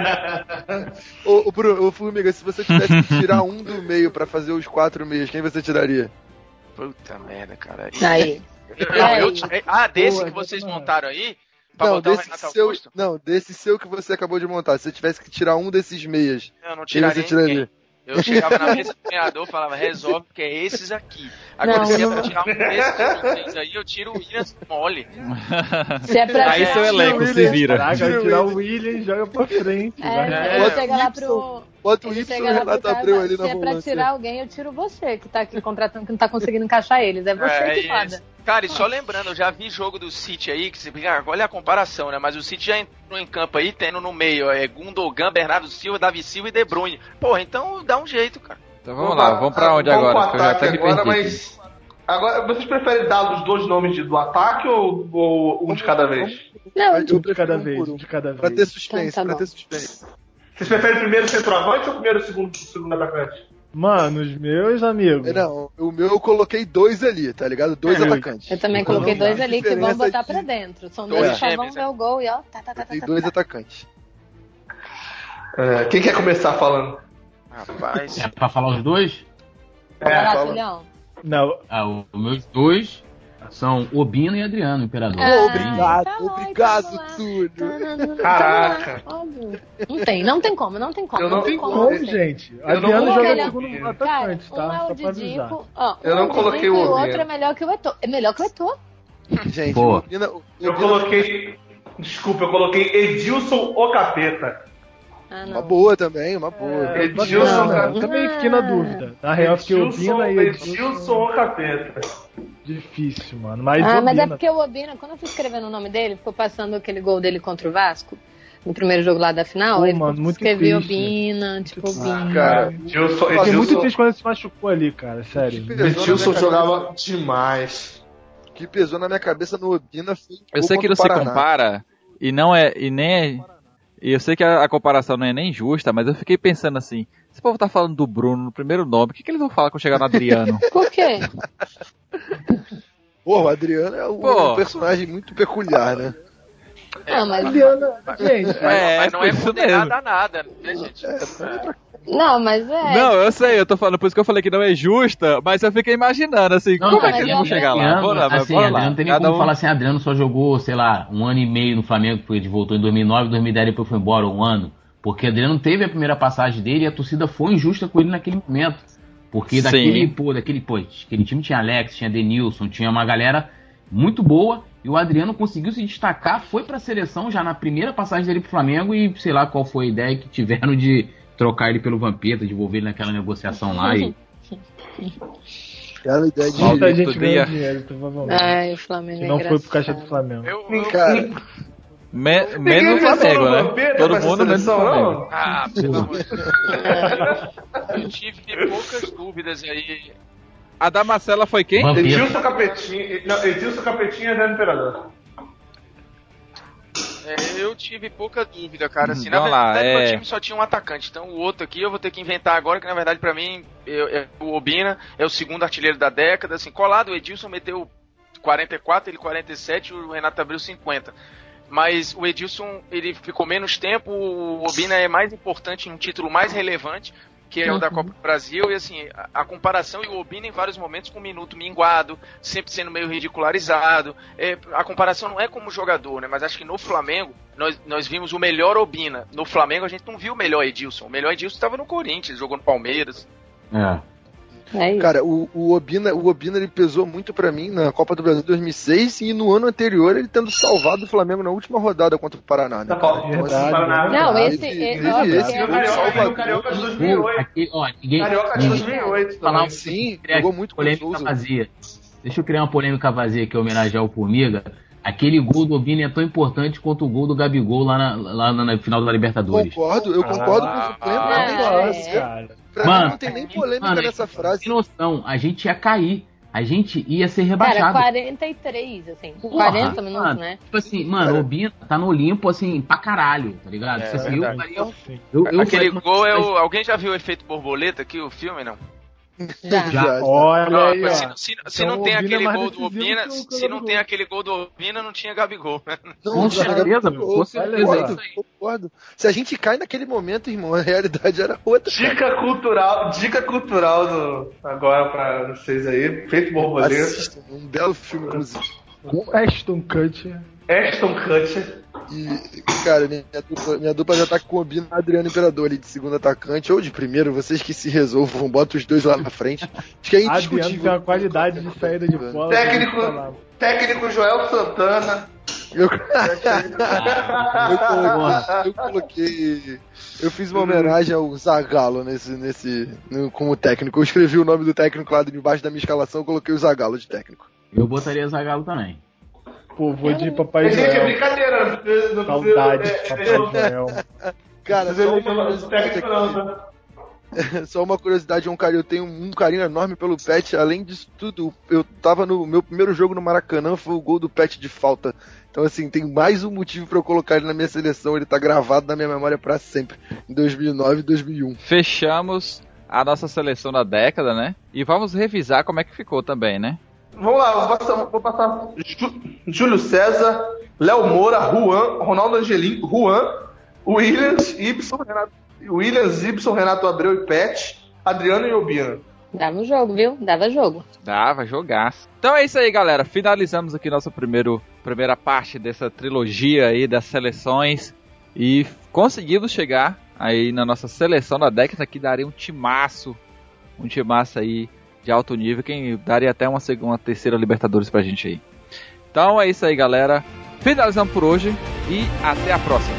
Speaker 5: Ô, Bruno, Formiga, se você tivesse que tirar um do meio pra fazer os 4 meios, quem você tiraria?
Speaker 6: Puta merda, cara.
Speaker 2: Aí.
Speaker 6: Desse que vocês montaram aí? Pra botar o Renato Augusto?
Speaker 5: Não, desse seu que você acabou de montar. Se você tivesse que tirar um desses meias,
Speaker 6: eu não tiraria ninguém. Eu chegava na mesa do treinador e falava, resolve, porque é esses aqui. Agora, se é pra tirar um desses aí, eu tiro o William mole.
Speaker 2: Se é pra
Speaker 1: aí seu elenco se vira.
Speaker 3: Caraca, vai tirar o William e joga pra frente.
Speaker 2: Ele chega lá pro...
Speaker 5: Bota o Y e o Renato Abreu ali na volância.
Speaker 2: Se é pra tirar alguém, eu tiro você, que tá aqui contratando, que não tá conseguindo encaixar eles. É você que foda.
Speaker 6: Cara, e só lembrando, eu já vi jogo do City aí, que você olha a comparação, né? Mas o City já entrou em campo aí, tendo no meio Gundogan, Bernardo Silva, Davi Silva e De Bruyne. Porra, então dá um jeito, cara.
Speaker 1: Então vamos lá, vamos pra onde agora?
Speaker 8: Eu já até me perdi. Mas agora, vocês preferem dar os dois nomes do ataque ou um de cada vez?
Speaker 2: Não,
Speaker 3: um de cada vez.
Speaker 5: Pra ter suspense,
Speaker 2: Então, tá
Speaker 5: pra ter suspense.
Speaker 8: Vocês preferem primeiro centroavante ou primeiro segundo atacante?
Speaker 3: Mano, os meus amigos.
Speaker 5: Não, o meu eu coloquei 2 ali, tá ligado? 2 atacantes.
Speaker 2: Eu também coloquei 2 ali que vão botar pra dentro. São 2 que só vão ver o gol e ó.
Speaker 5: Tem 2 atacantes.
Speaker 8: Quem quer começar falando?
Speaker 6: Rapaz.
Speaker 4: É pra falar os dois?
Speaker 2: Vai lá, Julião.
Speaker 3: Não.
Speaker 4: Os meus dois são Obina e Adriano, Imperador.
Speaker 5: Obrigado, Túlio.
Speaker 8: Caraca.
Speaker 2: Não tem como.
Speaker 3: Não tem como, gente. Adriano joga segundo atacante, tá?
Speaker 2: Um é o Didico.
Speaker 8: Eu não coloquei o
Speaker 2: Obina. E o
Speaker 8: Obina.
Speaker 2: outro é melhor que o Eto'o. É melhor que o Eto'o.
Speaker 5: Gente,
Speaker 8: eu coloquei... Desculpa, eu coloquei Edilson o Capeta.
Speaker 5: Uma boa também, uma boa.
Speaker 8: Edilson,
Speaker 3: também fiquei na dúvida. Na real, fiquei Obina e
Speaker 8: Edilson o Capeta.
Speaker 3: Difícil, mano. Mas
Speaker 2: é porque o Obina, quando eu fui escrevendo o nome dele, ficou passando aquele gol dele contra o Vasco, no primeiro jogo lá da final. Ele escreveu Obina, tipo Obina.
Speaker 8: Cara,
Speaker 3: fiquei muito triste quando ele se machucou ali, cara, sério.
Speaker 8: Edilson jogava demais.
Speaker 5: O que pesou na minha cabeça no Obina foi.
Speaker 1: Eu sei que você compara, e não é. E nem é. E eu sei que a comparação não é nem justa, mas eu fiquei pensando assim, esse povo tá falando do Bruno no primeiro nome, o que eles vão falar quando chegar no Adriano?
Speaker 2: Por quê?
Speaker 5: Pô, o Adriano é um personagem muito peculiar, né?
Speaker 2: Mas...
Speaker 3: Adriano, gente,
Speaker 6: mas não é condenado a nada, né, gente?
Speaker 2: Não, mas
Speaker 1: Não, eu sei, eu tô falando, por isso que eu falei que não é justa, mas eu fiquei imaginando, assim, como é que eles vão chegar lá? Bora lá,
Speaker 4: Adriano, não tem nem como falar assim, Adriano só jogou, sei lá, 1 ano e meio no Flamengo, porque ele voltou em 2009, 2010, depois foi embora, 1 ano. Porque Adriano teve a primeira passagem dele e a torcida foi injusta com ele naquele momento. Porque aquele time tinha Alex, tinha Denilson, tinha uma galera muito boa, e o Adriano conseguiu se destacar, foi pra seleção já na primeira passagem dele pro Flamengo, e sei lá qual foi a ideia que tiveram de trocar ele pelo Vampeta, de envolver ele naquela negociação lá e...
Speaker 5: Aquela ideia de...
Speaker 3: Muita gente ganha dinheiro, provavelmente.
Speaker 2: O Flamengo
Speaker 3: não foi pro caixa do Flamengo.
Speaker 5: Cara...
Speaker 1: Menos o Flamengo, né? Todo mundo menos o Flamengo.
Speaker 6: Pelo amor de Deus. Eu tive poucas dúvidas aí.
Speaker 1: A da Marcela foi quem?
Speaker 8: Edilson Capetinha é Imperador.
Speaker 6: Eu tive pouca dúvida, cara. Assim, na verdade, meu time só tinha um atacante. Então, o outro aqui eu vou ter que inventar agora, que na verdade, pra mim, o Obina é o segundo artilheiro da década. Assim, colado, o Edilson meteu 44, ele 47 e o Renato Abreu 50. Mas o Edilson, ele ficou menos tempo, o Obina é mais importante em um título mais relevante, que é o da Copa do Brasil, e assim, a comparação e o Obina em vários momentos com um minuto minguado, sempre sendo meio ridicularizado, a comparação não é como jogador, né, mas acho que no Flamengo, nós vimos o melhor Obina, no Flamengo a gente não viu o melhor Edilson estava no Corinthians, jogou no Palmeiras.
Speaker 5: Cara, o Obina ele pesou muito pra mim na Copa do Brasil 2006 e no ano anterior ele tendo salvado o Flamengo na última rodada contra o Paraná, né?
Speaker 2: Não, esse
Speaker 10: o Carioca de 2008. Carioca de 2008.
Speaker 5: Sim, jogou muito
Speaker 4: polêmica vazia. Deixa eu criar uma polêmica vazia que é homenagear o Formiga. Aquele gol do Obina é tão importante quanto o gol do Gabigol lá na final da Libertadores.
Speaker 5: Eu concordo com o
Speaker 10: cara.
Speaker 5: Mano, não tem nem polêmica nessa frase.
Speaker 4: Sem noção, a gente ia cair. A gente ia ser rebaixado.
Speaker 2: Cara, 43, assim. 40 minutos, né?
Speaker 4: Tipo assim, mano, o Obina tá no Olimpo, assim, pra caralho, tá ligado?
Speaker 6: Aquele gol alguém já viu o Efeito Borboleta aqui, o filme, não?
Speaker 2: Já.
Speaker 3: Olha aí,
Speaker 6: se não tem aquele gol do Obina, se não tem aquele gol do Obina, não tinha Gabigol.
Speaker 4: Com certeza, com certeza.
Speaker 5: Concordo. Se a gente cai naquele momento, irmão, a realidade era outra.
Speaker 10: Dica cultural agora pra vocês aí, Efeito Borboleta.
Speaker 5: Assistam, um belo filme, inclusive.
Speaker 3: Com Ashton Kutcher.
Speaker 5: E, cara, minha dupla já tá com o Obina e o Adriano Imperador ali de segundo atacante ou de primeiro, vocês que se resolvam, bota os dois lá na frente. Acho que é indiscutível.
Speaker 3: Adriano tem uma qualidade de saída de bola.
Speaker 10: Técnico Joel Santana.
Speaker 5: Eu coloquei. Eu fiz uma homenagem ao Zagallo como técnico. Eu escrevi o nome do técnico lá debaixo da minha escalação, eu coloquei o Zagallo de técnico.
Speaker 4: Eu botaria Zagallo também.
Speaker 3: Pô, vou de Papai Joel.
Speaker 10: Gente, é brincadeira.
Speaker 3: Saudade de Papai Joel.
Speaker 5: Cara, só uma curiosidade, eu tenho um carinho enorme pelo Pet. Além disso tudo, eu tava no meu primeiro jogo no Maracanã, foi o gol do Pet de falta. Então, assim, tem mais um motivo pra eu colocar ele na minha seleção. Ele tá gravado na minha memória pra sempre, em 2009 e 2001.
Speaker 1: Fechamos a nossa seleção da década, né? E vamos revisar como é que ficou também, né?
Speaker 10: Vamos lá, vou passar Júlio César, Léo Moura, Juan, Ronaldo Angelim, Juan, Williams, Ibson, Renato Abreu e Pet, Adriano e Obina.
Speaker 2: Dava jogo, viu? Dava jogo.
Speaker 1: Dava, jogaço. Então é isso aí, galera. Finalizamos aqui nossa primeira parte dessa trilogia aí das seleções. E conseguimos chegar aí na nossa seleção da década, que daria um timaço aí de alto nível, quem daria até uma terceira Libertadores pra gente aí. Então é isso aí, galera. Finalizamos por hoje e até a próxima.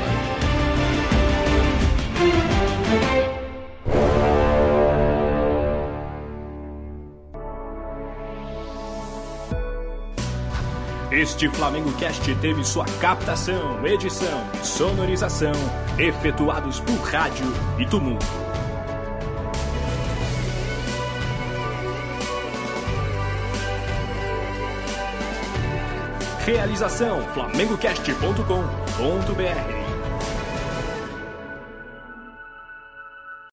Speaker 9: Este Flamengo Cast teve sua captação, edição e sonorização efetuados por Rádio e Tumulto. Realização flamengocast.com.br